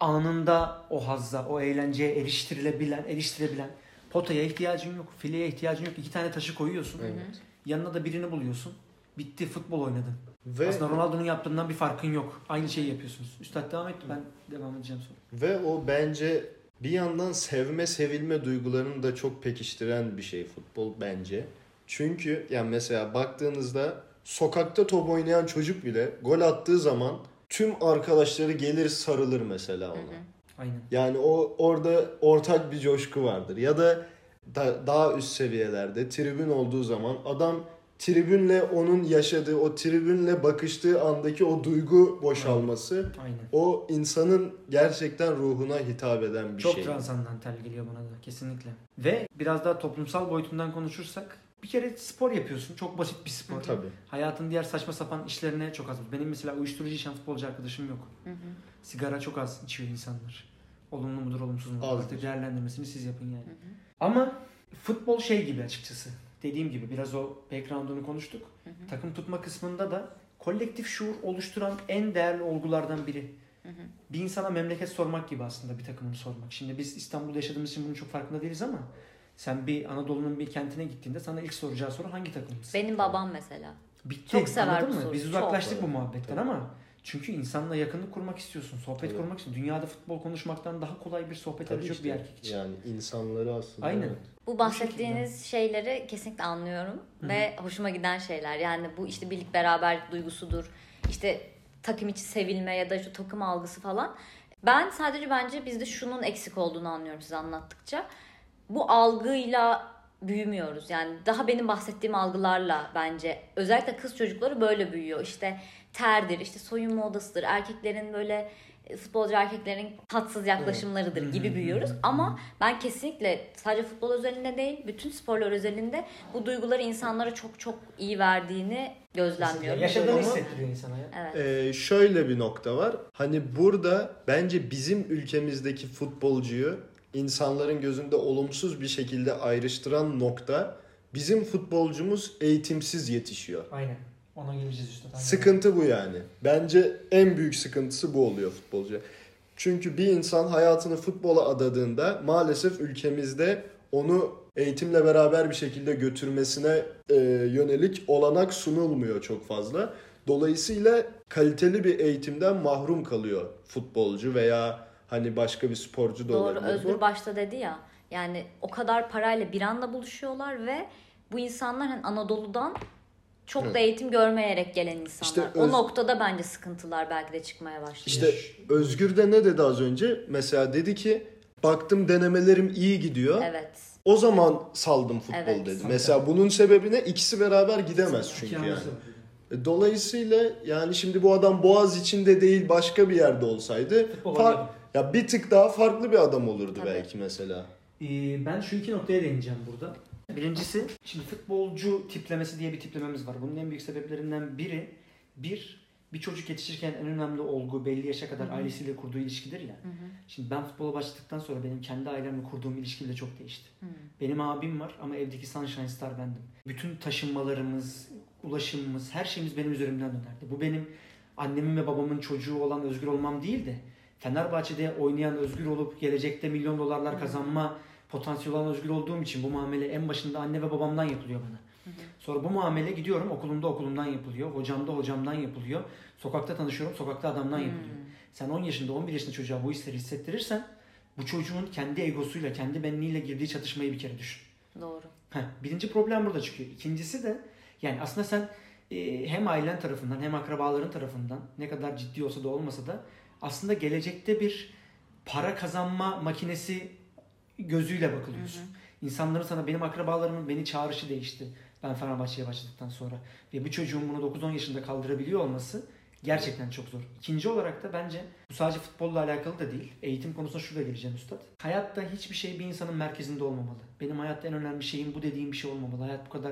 anında o hazza, o eğlenceye eriştirilebilen, eriştirebilen, potaya ihtiyacın yok, fileye ihtiyacın yok. İki tane taşı koyuyorsun. Evet. Yanına da birini buluyorsun. Bitti, futbol oynadın. Ve aslında Ronaldo'nun yaptığından bir farkın yok. Aynı şeyi yapıyorsunuz. Üstad devam et, ben devam edeceğim sonra. Ve o bence bir yandan sevme sevilme duygularını da çok pekiştiren bir şey futbol bence. Çünkü yani mesela baktığınızda sokakta top oynayan çocuk bile gol attığı zaman tüm arkadaşları gelir sarılır mesela ona. Hı hı. Aynen. Yani o orada ortak bir coşku vardır. Ya da, da daha üst seviyelerde tribün olduğu zaman adam tribünle onun yaşadığı, o tribünle bakıştığı andaki o duygu boşalması, aynen, o insanın gerçekten ruhuna hitap eden bir çok şey. Çok transandantal geliyor bana da kesinlikle. Ve biraz daha toplumsal boyutundan konuşursak, bir kere spor yapıyorsun. Çok basit bir spor. Tabii. Hayatın diğer saçma sapan işlerine çok az. Benim mesela uyuşturucu içen futbolcu arkadaşım yok. Hı hı. Sigara çok az içiyor insanlar. Olumlu mudur, olumsuz mudur? Artık değerlendirmesini siz yapın yani. Hı hı. Ama futbol şey gibi açıkçası. Dediğim gibi biraz o background'unu konuştuk. Hı hı. Takım tutma kısmında da kolektif şuur oluşturan en değerli olgulardan biri. Hı hı. Bir insana memleket sormak gibi aslında bir takımını sormak. Şimdi biz İstanbul'da yaşadığımız için bunun çok farkında değiliz ama sen bir Anadolu'nun bir kentine gittiğinde sana ilk soracağı soru hangi takımımız? Benim babam mesela. Bitti. Çok sever bu mı? soruyu. Biz uzaklaştık çok. bu muhabbetten Tabii. ama çünkü insanla yakınlık kurmak istiyorsun, sohbet evet. kurmak istiyorsun. Dünyada futbol konuşmaktan daha kolay bir sohbet arayacak işte, bir erkek için. Yani insanları aslında. Aynen. Evet. Bu bahsettiğiniz bu şeyleri kesinlikle anlıyorum. Hı-hı. Ve hoşuma giden şeyler. Yani bu işte birlik beraberlik duygusudur. İşte takım içi sevilme ya da şu takım algısı falan. Ben sadece bence bizde şunun eksik olduğunu anlıyorum size anlattıkça. Bu algıyla büyümüyoruz. Yani daha benim bahsettiğim algılarla bence özellikle kız çocukları böyle büyüyor. İşte terdir, işte soyunma odasıdır, erkeklerin böyle futbolcu erkeklerin tatsız yaklaşımlarıdır evet. gibi büyüyoruz. Ama ben kesinlikle sadece futbol özelinde değil, bütün sporlar özelinde bu duyguları insanlara çok çok iyi verdiğini gözlemliyorum. Yaşadığını hissettiriyor insana ya. Evet. Ee, şöyle bir nokta var. Hani burada bence bizim ülkemizdeki futbolcuyu insanların gözünde olumsuz bir şekilde ayrıştıran nokta bizim futbolcumuz eğitimsiz yetişiyor. Aynen. Ona geleceğiz işte. Aynen. Sıkıntı bu yani. Bence en büyük sıkıntısı bu oluyor futbolcuya. Çünkü bir insan hayatını futbola adadığında maalesef ülkemizde onu eğitimle beraber bir şekilde götürmesine e, yönelik olanak sunulmuyor çok fazla. Dolayısıyla kaliteli bir eğitimden mahrum kalıyor futbolcu veya hani başka bir sporcu da Doğru, olabilir. Doğru, Özgür başta dedi ya. Yani o kadar parayla bir anda buluşuyorlar ve bu insanlar hani Anadolu'dan çok Hı. da eğitim görmeyerek gelen insanlar. İşte öz... O noktada bence sıkıntılar belki de çıkmaya başlıyor. İşte Özgür de ne dedi az önce? Mesela dedi ki baktım denemelerim iyi gidiyor. Evet. O zaman saldım futbol evet. dedi. Mesela bunun sebebine ikisi beraber gidemez çünkü yani. Dolayısıyla yani şimdi bu adam Boğaz içinde değil başka bir yerde olsaydı far- ya bir tık daha farklı bir adam olurdu Tabii. belki mesela. Ee, ben şu iki noktaya değineceğim burada. Birincisi şimdi futbolcu tiplemesi diye bir tiplememiz var. Bunun en büyük sebeplerinden biri bir bir çocuk yetişirken en önemli olgu belli yaşa kadar Hı-hı. ailesiyle kurduğu ilişkidir ya. Hı-hı. Şimdi ben futbola başladıktan sonra benim kendi ailemle kurduğum ilişki de çok değişti. Hı-hı. Benim abim var ama evdeki Sunshine Star bendim. Bütün taşınmalarımız, ulaşımımız, her şeyimiz benim üzerimden dönerdi. Bu benim annemin ve babamın çocuğu olan Özgür olmam değil de Fenerbahçe'de oynayan Özgür olup gelecekte milyon dolarlar Hı-hı. kazanma potansiyel olan Özgür olduğum için bu muamele en başında anne ve babamdan yapılıyor bana. Hı hı. Sonra bu muamele gidiyorum okulumda okulumdan yapılıyor. Hocamda hocamdan yapılıyor. Sokakta tanışıyorum sokakta adamdan hı. yapılıyor. Sen on yaşında on bir yaşında çocuğa bu hisleri hissettirirsen bu çocuğun kendi egosuyla kendi benliğiyle girdiği çatışmayı bir kere düşün. Doğru. Heh, birinci problem burada çıkıyor. İkincisi de yani aslında sen e, hem ailen tarafından hem akrabaların tarafından ne kadar ciddi olsa da olmasa da aslında gelecekte bir para kazanma makinesi gözüyle bakılıyorsun. Hı hı. İnsanların sana benim akrabalarımın beni çağrışı değişti. Ben Fenerbahçe'ye başladıktan sonra. Ve bu çocuğun bunu dokuz on yaşında kaldırabiliyor olması gerçekten çok zor. İkinci olarak da bence bu sadece futbolla alakalı da değil. Eğitim konusuna şurada geleceğim üstad. Hayatta hiçbir şey bir insanın merkezinde olmamalı. Benim hayatta en önemli şeyim bu dediğim bir şey olmamalı. Hayat bu kadar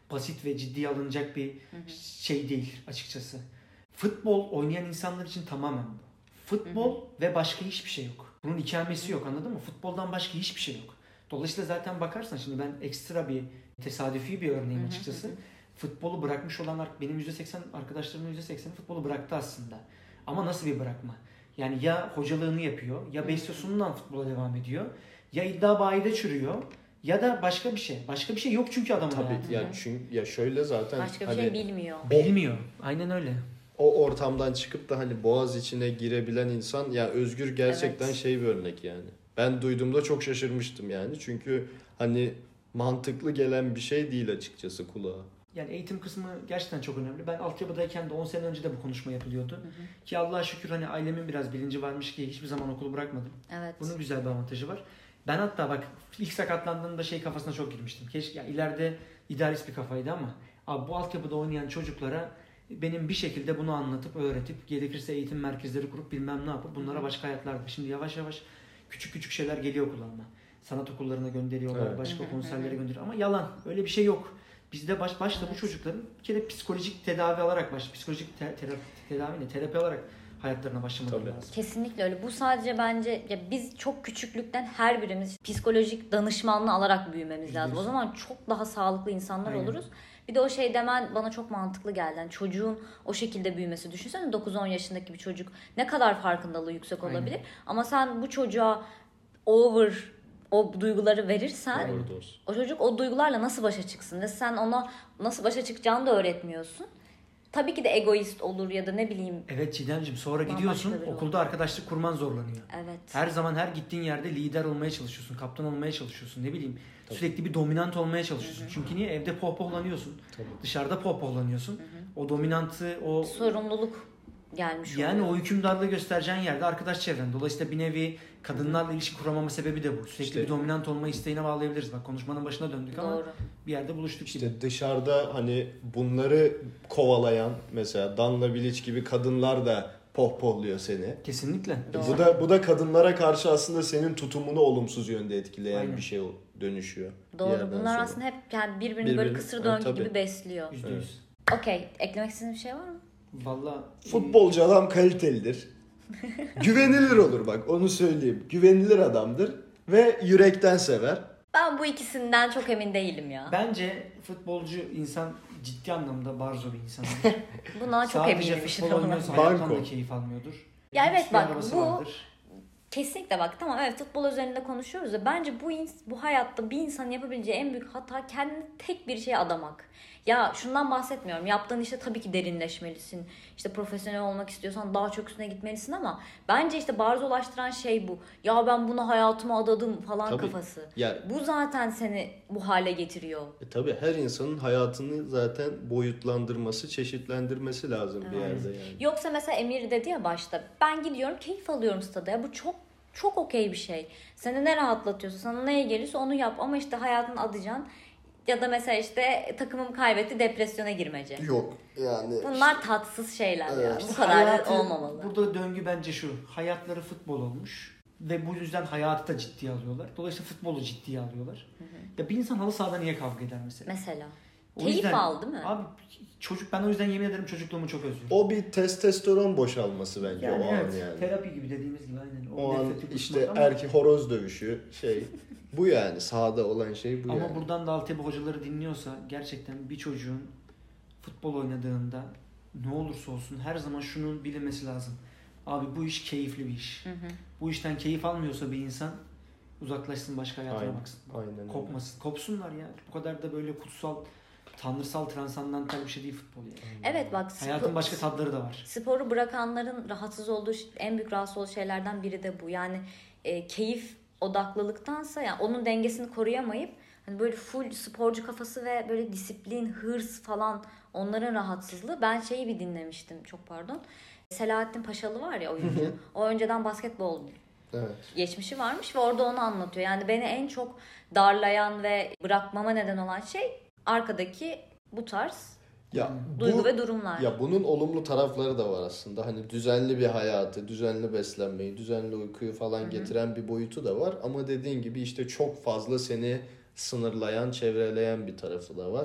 basit ve ciddiye alınacak bir şey değil açıkçası. Futbol oynayan insanlar için tamamen bu. Futbol hı hı. ve başka hiçbir şey yok. Bunun ikamesi yok, anladın mı? Futboldan başka hiçbir şey yok. Dolayısıyla zaten bakarsan şimdi ben ekstra bir tesadüfi bir örneğim hı hı. açıkçası. Futbolu bırakmış olanlar, benim yüzde seksen arkadaşlarımın yüzde sekseni futbolu bıraktı aslında. Ama nasıl bir bırakma? Yani ya hocalığını yapıyor, ya besyosundan futbola devam ediyor, ya iddia bayide çürüyor, ya da başka bir şey. Başka bir şey yok çünkü adamın Tabii hayatında. ya çünkü ya şöyle zaten başka bir hani, şey bilmiyor. Bilmiyor. Aynen öyle. O ortamdan çıkıp da hani boğaz içine girebilen insan ya Özgür gerçekten evet. şey bir örnek yani. Ben duyduğumda çok şaşırmıştım yani. Çünkü hani mantıklı gelen bir şey değil açıkçası kulağa. Yani eğitim kısmı gerçekten çok önemli. Ben altyapıdayken de on sene önce de bu konuşma yapılıyordu. Hı hı. Ki Allah'a şükür hani ailemin biraz bilinci varmış ki hiçbir zaman okulu bırakmadım. Evet. Bunun güzel bir avantajı var. Ben hatta bak ilk sakatlandığımda şey kafasına çok girmiştim. Keşke ya ileride idealist bir kafaydı ama abi bu altyapıda oynayan çocuklara benim bir şekilde bunu anlatıp öğretip gerekirse eğitim merkezleri kurup bilmem ne yapıp bunlara başka hayatlar. Şimdi yavaş yavaş küçük küçük şeyler geliyor kulağıma. Sanat okullarına gönderiyorlar, evet. başka konserlere gönderiyor ama yalan. Öyle bir şey yok. Bizde baş başta evet. bu çocukların bir kere psikolojik tedavi alarak baş psikolojik te- terapi tedavi ne terapi alarak hayatlarına başlamaları lazım. Kesinlikle öyle. Bu sadece bence ya biz çok küçüklükten her birimiz psikolojik danışmanlığı alarak büyümemiz Biz lazım. O zaman çok daha sağlıklı insanlar Aynen. oluruz. Bir de o şey demen bana çok mantıklı geldi. Yani çocuğun o şekilde büyümesi. Düşünsene dokuz on yaşındaki bir çocuk ne kadar farkındalığı yüksek olabilir. Aynen. Ama sen bu çocuğa over o duyguları verirsen Overdose. o çocuk o duygularla nasıl başa çıksın ve sen ona nasıl başa çıkacağını da öğretmiyorsun. Tabii ki de egoist olur ya da ne bileyim. Evet Çiğdemciğim sonra gidiyorsun okulda olur. Arkadaşlık kurman zorlanıyor. Evet. Her zaman her gittiğin yerde lider olmaya çalışıyorsun, kaptan olmaya çalışıyorsun, ne bileyim. Tabii. Sürekli bir dominant olmaya çalışıyorsun. Hı-hı. Çünkü niye? Evde pohpohlanıyorsun. Tabii. Dışarıda pohpohlanıyorsun. Hı-hı. O dominantı, o sorumluluk gelmiş yani oluyor. O hükümdarlığı göstereceğin yerde arkadaş çevren. Dolayısıyla bir nevi kadınlarla ilişki kuramama sebebi de bu. Sürekli işte, bir dominant olma isteğine bağlayabiliriz. Bak konuşmanın başına döndük Doğru. ama bir yerde buluştuk. İşte gibi. Dışarıda hani bunları kovalayan mesela Danla Bilic gibi kadınlar da pohpohluyor seni. Kesinlikle. Doğru. Bu da bu da kadınlara karşı aslında senin tutumunu olumsuz yönde etkileyen Aynen. bir şey dönüşüyor. Doğru. Bunlar sonra. aslında hep yani birbirini, birbirini böyle kısır döngü evet, gibi besliyor. yüzde yüz. Okey. Eklemek istediğiniz bir şey var mı? Vallahi futbolcu adam kalitelidir. Güvenilir olur bak onu söyleyeyim. Güvenilir adamdır ve yürekten sever. Ben bu ikisinden çok emin değilim ya. Bence futbolcu insan ciddi anlamda barzo bir insandır. Buna çok eminim. Sadece futbol oynuyorsa hayattan da keyif almıyordur. Ya evet bak bu vardır. Kesinlikle bak tamam evet futbol üzerinde konuşuyoruz da bence bu bu hayatta bir insanın yapabileceği en büyük hata kendini tek bir şeye adamak. Ya şundan bahsetmiyorum. Yaptığın işte tabii ki derinleşmelisin. İşte profesyonel olmak istiyorsan daha çok üstüne gitmelisin ama bence işte barzolaştıran şey bu. Ya ben buna hayatıma adadım falan tabii. kafası. Ya, bu zaten seni bu hale getiriyor. E tabii her insanın hayatını zaten boyutlandırması, çeşitlendirmesi lazım evet. bir yerde yani. Yoksa mesela Emir dedi ya başta ben gidiyorum keyif alıyorum stada. Ya bu çok çok okey bir şey. Seni ne rahatlatıyorsa, sana neye gelirse onu yap ama işte hayatını adacaksın. Ya da mesela işte takımım kaybetti depresyona girmece. Yok yani. Bunlar işte, tadsız şeyler evet. ya. Bu kadar hayatı, olmamalı. Burada döngü bence şu. Hayatları futbol olmuş. Ve bu yüzden hayatı da ciddiye alıyorlar. Dolayısıyla futbolu ciddiye alıyorlar. Hı hı. Ya bir insan halı sahada niye kavga eder mesela? Mesela. O Keyif yüzden, al değil mi? Abi çocuk ben o yüzden yemin ederim çocukluğumu çok özlüyorum. O bir testosteron boşalması bence yani o evet, an yani. Terapi gibi dediğimiz gibi aynen. O, o an işte ama... erkek horoz dövüşü şey bu yani sahada olan şey bu ama yani. Ama buradan da altyapı hocaları dinliyorsa gerçekten bir çocuğun futbol oynadığında ne olursa olsun her zaman şunun bilinmesi lazım. Abi bu iş keyifli bir iş. Hı hı. Bu işten keyif almıyorsa bir insan uzaklaşsın başka hayatına aynen, baksın. Aynen. Kopmasın. Kopsunlar ya. Bu kadar da böyle kutsal, tanrısal, transandantal bir şey değil futbol yani. Evet bak. Hayatın spor, başka tatları da var. Sporu bırakanların rahatsız olduğu, en büyük rahatsız olduğu şeylerden biri de bu. Yani e, keyif odaklılıktansa yani onun dengesini koruyamayıp hani böyle full sporcu kafası ve böyle disiplin, hırs falan onların rahatsızlığı. Ben şeyi bir dinlemiştim çok pardon. Selahattin Paşalı var ya oyuncu. O önceden basketbol evet. geçmişi varmış ve orada onu anlatıyor. Yani beni en çok darlayan ve bırakmama neden olan şey arkadaki bu tarz ya duygu bu, ve durumlar. Ya bunun olumlu tarafları da var aslında. Hani düzenli bir hayatı, düzenli beslenmeyi, düzenli uykuyu falan Hı-hı. getiren bir boyutu da var. Ama dediğin gibi işte çok fazla seni sınırlayan, çevreleyen bir tarafı da var.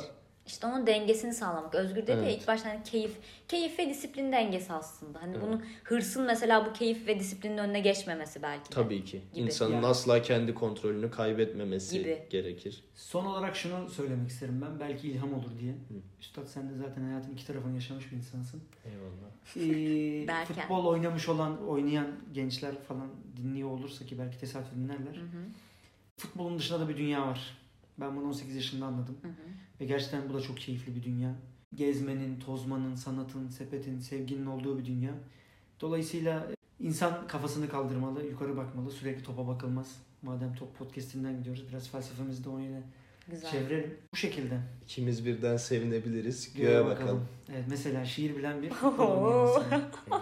İşte onun dengesini sağlamak. Özgür dedi ya Evet. ilk başta hani keyif. Keyif ve disiplin dengesi aslında. Hani Evet. bunun hırsın mesela bu keyif ve disiplinin önüne geçmemesi belki de. Tabii ki. Gibi. İnsanın Yani- asla kendi kontrolünü kaybetmemesi Gibi. gerekir. Son olarak şunu söylemek isterim ben. Belki ilham olur diye. Üstad sen de zaten hayatın iki tarafını yaşamış bir insansın. Eyvallah. Ee, Derken? futbol oynamış olan, oynayan gençler falan dinliyor olursa ki belki tesadüf dinlerler. Hı hı, Futbolun dışında da bir dünya var. Ben bunu on sekiz yaşında anladım. hı hı. Ve gerçekten bu da çok keyifli bir dünya. Gezmenin, tozmanın, sanatın, sepetin, sevginin olduğu bir dünya. Dolayısıyla insan kafasını kaldırmalı, yukarı bakmalı, sürekli topa bakılmaz. Madem Top Podcast'inden gidiyoruz, biraz felsefemizi de o yöne Güzel. çevirelim. Bu şekilde. İkimiz birden sevinebiliriz. Göğe Göğe bakalım. Evet, mesela şiir bilen bir futbol oynayan insan. Eyvallah.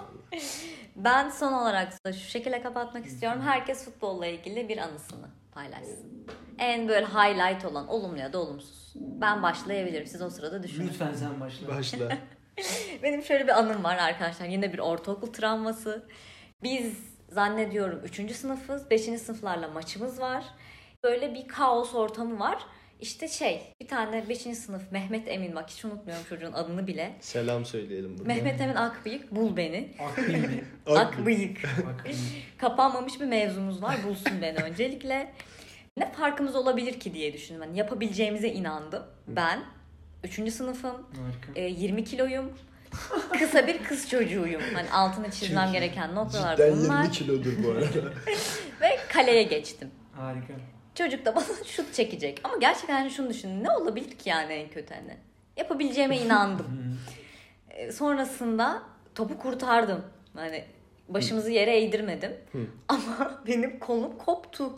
Ben son olarak da şu şekilde kapatmak istiyorum. Herkes futbolla ilgili bir anısını paylaşsın. En böyle highlight olan, olumlu ya da olumsuz. Ben başlayabilirim. Siz o sırada düşünün. Lütfen sen başla. Başla. Benim şöyle bir anım var arkadaşlar. Yine bir ortaokul travması. Biz zannediyorum üçüncü sınıfız. beşinci sınıflarla maçımız var. Böyle bir kaos ortamı var. İşte şey bir tane beşinci sınıf Mehmet Emin, bak hiç unutmuyorum çocuğun adını bile. Selam söyleyelim burada. Mehmet Emin Akbıyık, bul beni. Akbil mi? Akbıyık. Akbil. Kapanmamış bir mevzumuz var, bulsun beni öncelikle. Ne farkımız olabilir ki diye düşündüm. Yani yapabileceğimize inandım. Ben üçüncü sınıfım, Harika. e, yirmi kiloyum. Kısa bir kız çocuğuyum. Hani altını çizmem Çok iyi. gereken noktalar Cidden bunlar. yirmi kilodur bu arada. Ve kaleye geçtim. Harika. Çocuk da bana şut çekecek. Ama gerçekten hani şunu düşündüm. Ne olabilir ki yani en kötü hani? Yapabileceğime inandım. E, sonrasında topu kurtardım. Hani başımızı yere eğdirmedim. Hı. Ama benim kolum koptu.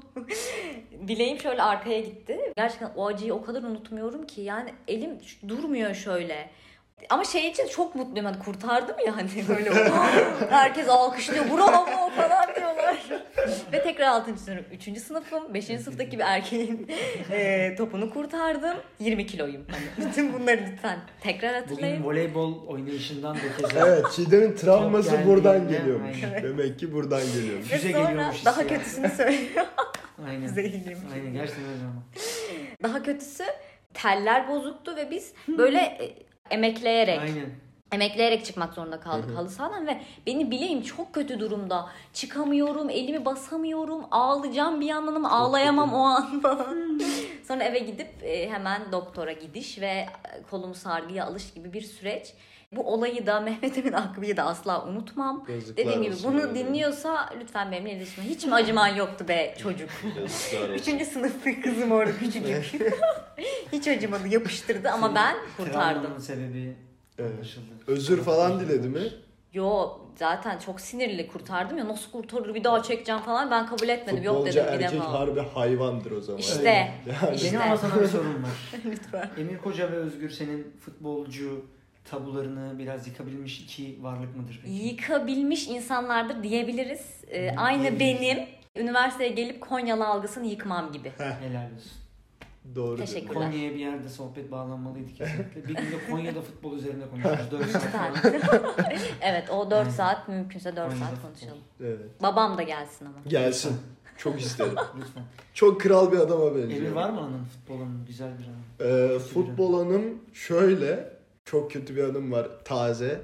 Bileğim şöyle arkaya gitti. Gerçekten o acıyı o kadar unutmuyorum ki. Yani elim durmuyor şöyle. Ama şey için çok mutluyum. Hani kurtardım ya hani böyle. Herkes alkışlıyor. Bravo falan diyorlar. Ve tekrar altıncı sınıf. Üçüncü sınıfım. Beşinci sınıftaki bir erkeğin e, topunu kurtardım. yirmi kiloyum. Hani bütün bunları lütfen tekrar hatırlayın. Bugün voleybol oynayışından da keza. Evet, Çiğdem'in travması Çok buradan geldiğinde, geliyormuş. aynen. Demek ki buradan geliyormuş. Ve Füze sonra geliyormuş daha hissi ya. kötüsünü söylüyor. Aynen. Zehirliyim. Aynen gerçekten öyle ama. Daha kötüsü teller bozuktu ve biz böyle e, emekleyerek Aynen. emekleyerek çıkmak zorunda kaldık Hı hı. halı sahadan ve benim bileğim çok kötü durumda. Çıkamıyorum, elimi basamıyorum, ağlayacağım bir yandan ama ağlayamam kötü. o an falan. Sonra eve gidip e, hemen doktora gidiş ve e, kolumu sargıya alış gibi bir süreç. Bu olayı da Mehmet Emin Akbıyık'ı da asla unutmam. Yazıklar Dediğim gibi olsun bunu yani. dinliyorsa lütfen benimle iletişime. Hiç mi acıman yoktu be çocuk? Yazıklar olsun. Üçüncü sınıf bir kızım orada küçücük. Hiç acımadı, yapıştırdı ama ben kurtardım. Travmanın sebebi Evet. anlaşıldı. Özür falan diledi mi? Yo zaten çok sinirli, kurtardım ya, nasıl kurtarır bir daha çekeceğim falan, ben kabul etmedim. Yok Futbolcu dedim, bir erkek defa. harbi hayvandır o zaman. İşte, Yani- işte. Benim ama sana bir sorum var. Lütfen. Emir Koca ve Özgür senin futbolcu tabularını biraz yıkabilmiş iki varlık mıdır peki? Yıkabilmiş insanlardır diyebiliriz. Ee, Hı, aynı diyebiliriz. benim üniversiteye gelip Konyalı algısını yıkmam gibi. Helal olsun. Doğru. Teşekkürler. dedin. Konya'ya bir yerde sohbet bağlanmalıydı kesinlikle. Bir günde Konya'da futbol üzerine konuşuruz. dört saat Lütfen. falan. Evet, o dört Aynen. saat mümkünse dört Konya'da saat futbol. konuşalım. Evet. Babam da gelsin ama. Gelsin. Çok isterim. Lütfen. Çok kral bir adama benziyor. Emir var mı anın futbolun güzel bir anı? Ee, futbol anım şöyle. Çok kötü bir anım var. Taze.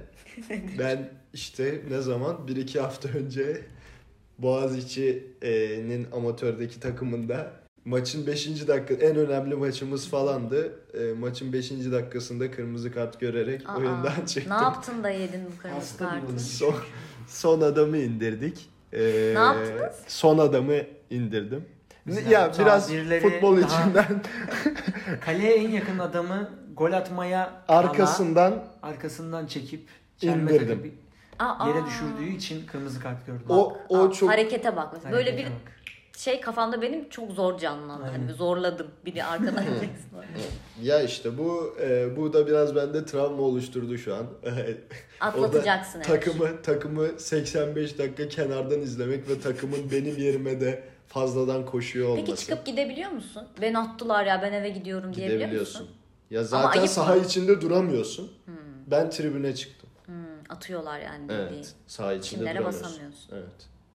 Ben işte ne zaman? Bir iki hafta önce Boğaziçi'nin amatördeki takımında maçın beşinci dakika, en önemli maçımız falandı. E, maçın beşinci dakikasında kırmızı kart görerek Aa, oyundan çıktım. Ne yaptın da yedin bu kırmızı Hasta bir kartı? oyuncu. Son, son adamı indirdik. Ee, Ne yaptınız? Son adamı indirdim. Güzel. Ya biraz Tabirleri futbol daha- içinden Kaleye en yakın adamı gol atmaya arkasından kala, arkasından çekip çelme indirdim. takıp Aa, yere düşürdüğü için kırmızı kart gördü. o o Aa, çok harekete bak. Mesela. Böyle bir Harekete bak. şey kafamda benim çok zor canlandı. Aynen. Hani zorladım. Biri arkadan geçsin. ya işte bu e, bu da biraz bende travma oluşturdu şu an. Atlatacaksın Orada evet. takımı takımı seksen beş dakika kenardan izlemek ve takımın benim yerime de fazladan koşuyor olması. Peki çıkıp gidebiliyor musun? Beni attılar ya, ben eve gidiyorum diyebiliyor gidebiliyorsun. musun? Ya Ama zaten ayıp saha mı? içinde duramıyorsun. Hmm, Ben tribüne çıktım. hmm, atıyorlar yani bildiğin. Evet. Saha içinde Çimlere duramıyorsun. basamıyorsun. Evet.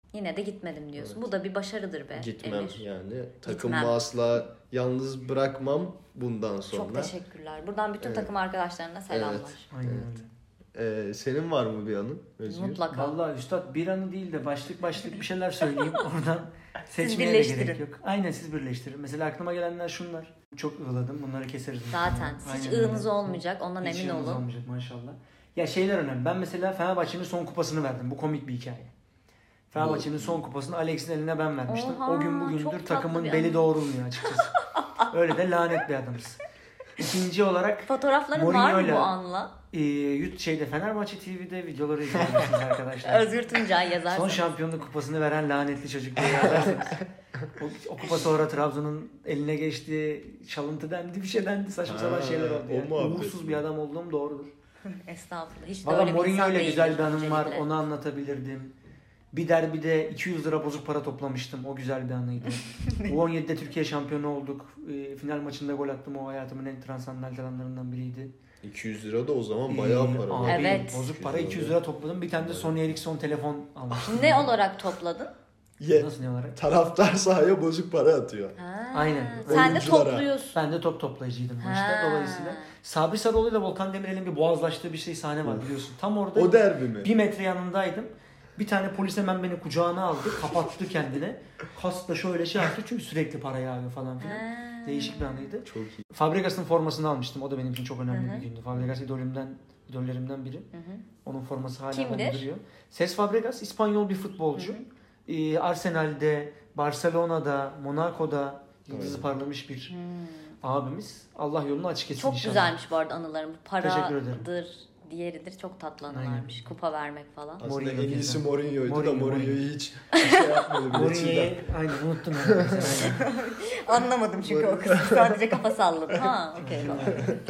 Yine de gitmedim diyorsun. Evet. Bu da bir başarıdır be. Gitmem Emir. yani. Takımı Gitmem. asla yalnız bırakmam bundan sonra. Çok teşekkürler. Buradan bütün Evet. takım arkadaşlarına selamlar. Evet. Aynen Evet. öyle. Ee, senin var mı bir anın? Özgür? Mutlaka. Vallahi üstad bir anı değil de başlık başlık bir şeyler söyleyeyim. Oradan Siz seçmeye de gerek birleştirin. yok. Aynen siz birleştirin. Mesela aklıma gelenler şunlar. Çok ığladım. Bunları keseriz. Zaten. Hiç Aynen ığınız öyle. olmayacak. Ondan Hiç emin yalnız olun. olmayacak maşallah. Ya şeyler önemli. Ben mesela Fenerbahçe'nin son kupasını verdim. Bu komik bir hikaye. Fenerbahçe'nin son kupasını Alex'in eline ben vermiştim. Oha, o gün çok bugündür tatlı takımın bir beli anı. doğrulmuyor açıkçası. Öyle de lanet bir adamız. İkinci olarak Fotoğrafların var mı bu Mourinho'yla- anla? e, yurt şeyde Fenerbahçe T V'de videoları izleyebilirsiniz arkadaşlar. Özgür Tuncay yazarsın. Son şampiyonluk kupasını veren lanetli çocuk diye yazarsanız. o, o kupa sonra Trabzon'un eline geçti, çalıntı dendi, bir şey dendi, saçma sapan Ha, şeyler oldu. o Yani. muhabbet Uğursuz mi? bir adam olduğum doğrudur. Estağfurullah. Hiç de Valla öyle bir Mourinho insan ile değildir güzel bir anım var, öncelikle. onu anlatabilirdim. Bir derbide iki yüz lira bozuk para toplamıştım, o güzel bir anıydı. U on yedide Türkiye şampiyonu olduk. E, final maçında gol attım, o hayatımın en transandantal anlarından biriydi. iki yüz lira da o zaman bayağı Ee, para. abi, Evet. Bozuk para iki yüz lira topladım, bir tane de Sony Ericsson telefon almıştım. Ne olarak topladın? Ye, Nasıl ne olarak? taraftar sahaya bozuk para atıyor. Ha, Aynen. Sen de Oyunculara. topluyorsun. Ben de top toplayıcıydım maçta. Ha. Dolayısıyla Sabri Sarıoğlu ile Volkan Demirel'in bir boğazlaştığı bir şey sahne var biliyorsun. Tam orada O derbi mi? bir metre yanındaydım. Bir tane polis hemen beni kucağına aldı. Kapattı kendine. Kaskla şöyle şey yaptı çünkü sürekli para yağıyor falan filan. Ha. Değişik bir anıydı. Çok iyi. Fabregas'ın formasını almıştım. O da benim için çok önemli Hı hı. bir gündü. Fabregas idolümden, idollerimden biri. Hı hı. Onun forması hala Kimdir? bende duruyor. Cesc Fabregas İspanyol bir futbolcu. Ee, Arsenal'de, Barcelona'da, Monaco'da yıldızı Evet. parlamış bir Hmm. abimiz. Allah yolunu açık etsin Çok inşallah. güzelmiş bu arada anılarım. Bu Teşekkür ederim. paradır, diğeridir. Çok tatlı anılarmış. Kupa vermek falan. Aslında Mourinho en iyisi keza. Mourinho'ydu Mourinho, da Mourinho'yu Mourinho. hiç bir şey yapmadı. bile. Mourinho'yu aynen unuttum. onu mesela, aynen. Anlamadım çünkü o kısmı. Sadece kafa salladım. Ha, okey falan.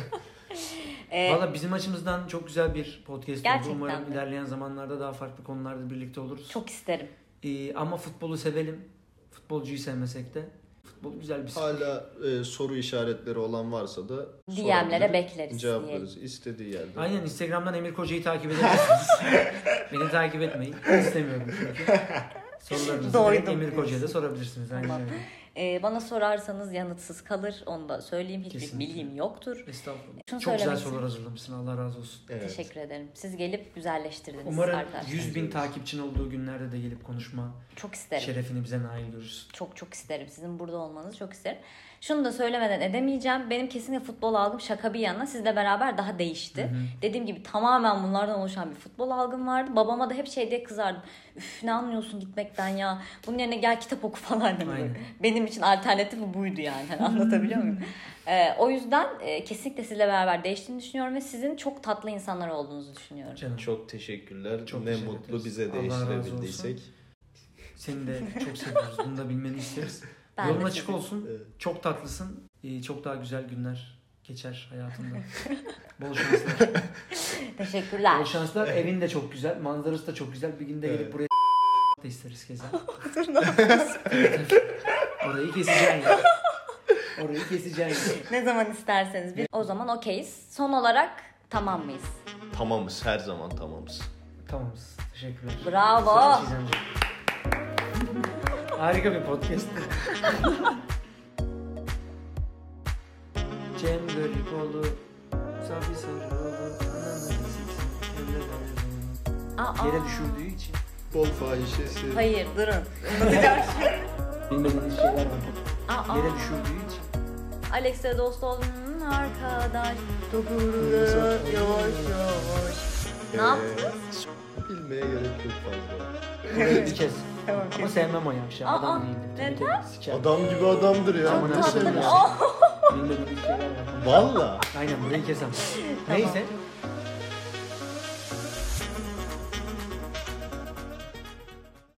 Ee, Valla bizim açımızdan çok güzel bir podcast Gerçekten oldu. Umarım mi? ilerleyen zamanlarda daha farklı konularda birlikte oluruz. çok isterim. Ee, ama futbolu sevelim. Futbolcuyu sevmesek de. Futbol güzel bir spor. Hala e, soru işaretleri olan varsa da D M'lere sorabilir, bekleriz cevaplarız. İstediği yerde. Aynen Instagram'dan Emir Koca'yı takip edebilirsiniz. Beni takip etmeyin. İstemiyorum çünkü. Sorularınızı Doydum direkt Emir diyorsun. Koca'ya da sorabilirsiniz. Aynen Tamam. öyle. Ee, bana sorarsanız yanıtsız kalır. Onu da söyleyeyim. Hiçbir Kesinlikle. bilgim yoktur. Estağfurullah. Şunu Çok güzel söylemek sorular hazırlamışsın. Allah razı olsun. Evet. Teşekkür ederim. Siz gelip güzelleştirdiniz Umarım arkadaşlar. yüz bin takipçin olduğu günlerde de gelip konuşma Çok isterim. şerefini bize nail görürsün. Çok çok isterim. Sizin burada olmanızı çok isterim. Şunu da söylemeden edemeyeceğim. Benim kesinlikle futbol algım şaka bir yana sizle beraber daha değişti. Hı hı. Dediğim gibi tamamen bunlardan oluşan bir futbol algım vardı. Babama da hep şey diye kızardım. Üf ne anlıyorsun gitmekten ya. Bunun yerine gel kitap oku falan. Hani Aynen. benim için alternatifi buydu yani. Hani anlatabiliyor muyum? Ee, o yüzden e, kesinlikle sizle beraber değiştiğini düşünüyorum ve sizin çok tatlı insanlar olduğunuzu düşünüyorum. Canım. Çok teşekkürler. Çok ne teşekkür mutlu ederiz. bize Allah razı değiştirebildiysek. Seni de çok seviyoruz. Bunu da bilmeni isteriz. Ben Yolun de açık sizin. olsun. Evet. Çok tatlısın. Ee, Çok daha güzel günler geçer hayatında. Bol şanslar. Teşekkürler. Bol şanslar. Evin de çok güzel. Manzarası da çok güzel. Bir gün de gelip Evet. buraya da isteriz keza. Orayı keseceğim. Orayı keseceğim. Ne zaman isterseniz. Bir... O zaman okeyiz. Son olarak tamam mıyız? Tamamız. Her zaman tamamız. Tamamız. Teşekkürler. Bravo. Sağ ol Çiğdemciğim. Harika bir podcast. Cem Garipoğlu, Sabri Sarıoğlu, ananı siksin, evde kalıyor. Aa, Yere düşürdüğü için Bol fahişesi. Hayır durun. Anlatacağım şimdi. bilmediğiniz şeyler var. Aa, Yere düşürdüğü için. Alex'e dost olun arkadaş. Dokunurlar yavaş yavaş. Ne Ee, yaptınız? Bilmeye gerek yok fazla. Burayı bir kez. Tamam, Ama kes. sevmem o yavşağı. Aa, Adam değildir. Tabii neden? tabii, siker. Adam gibi adamdır ya. Çok Ne tatlı. seviyorsun? Oh. Bilmediğiniz şeyler var. Valla. Aynen burayı kesem. Neyse.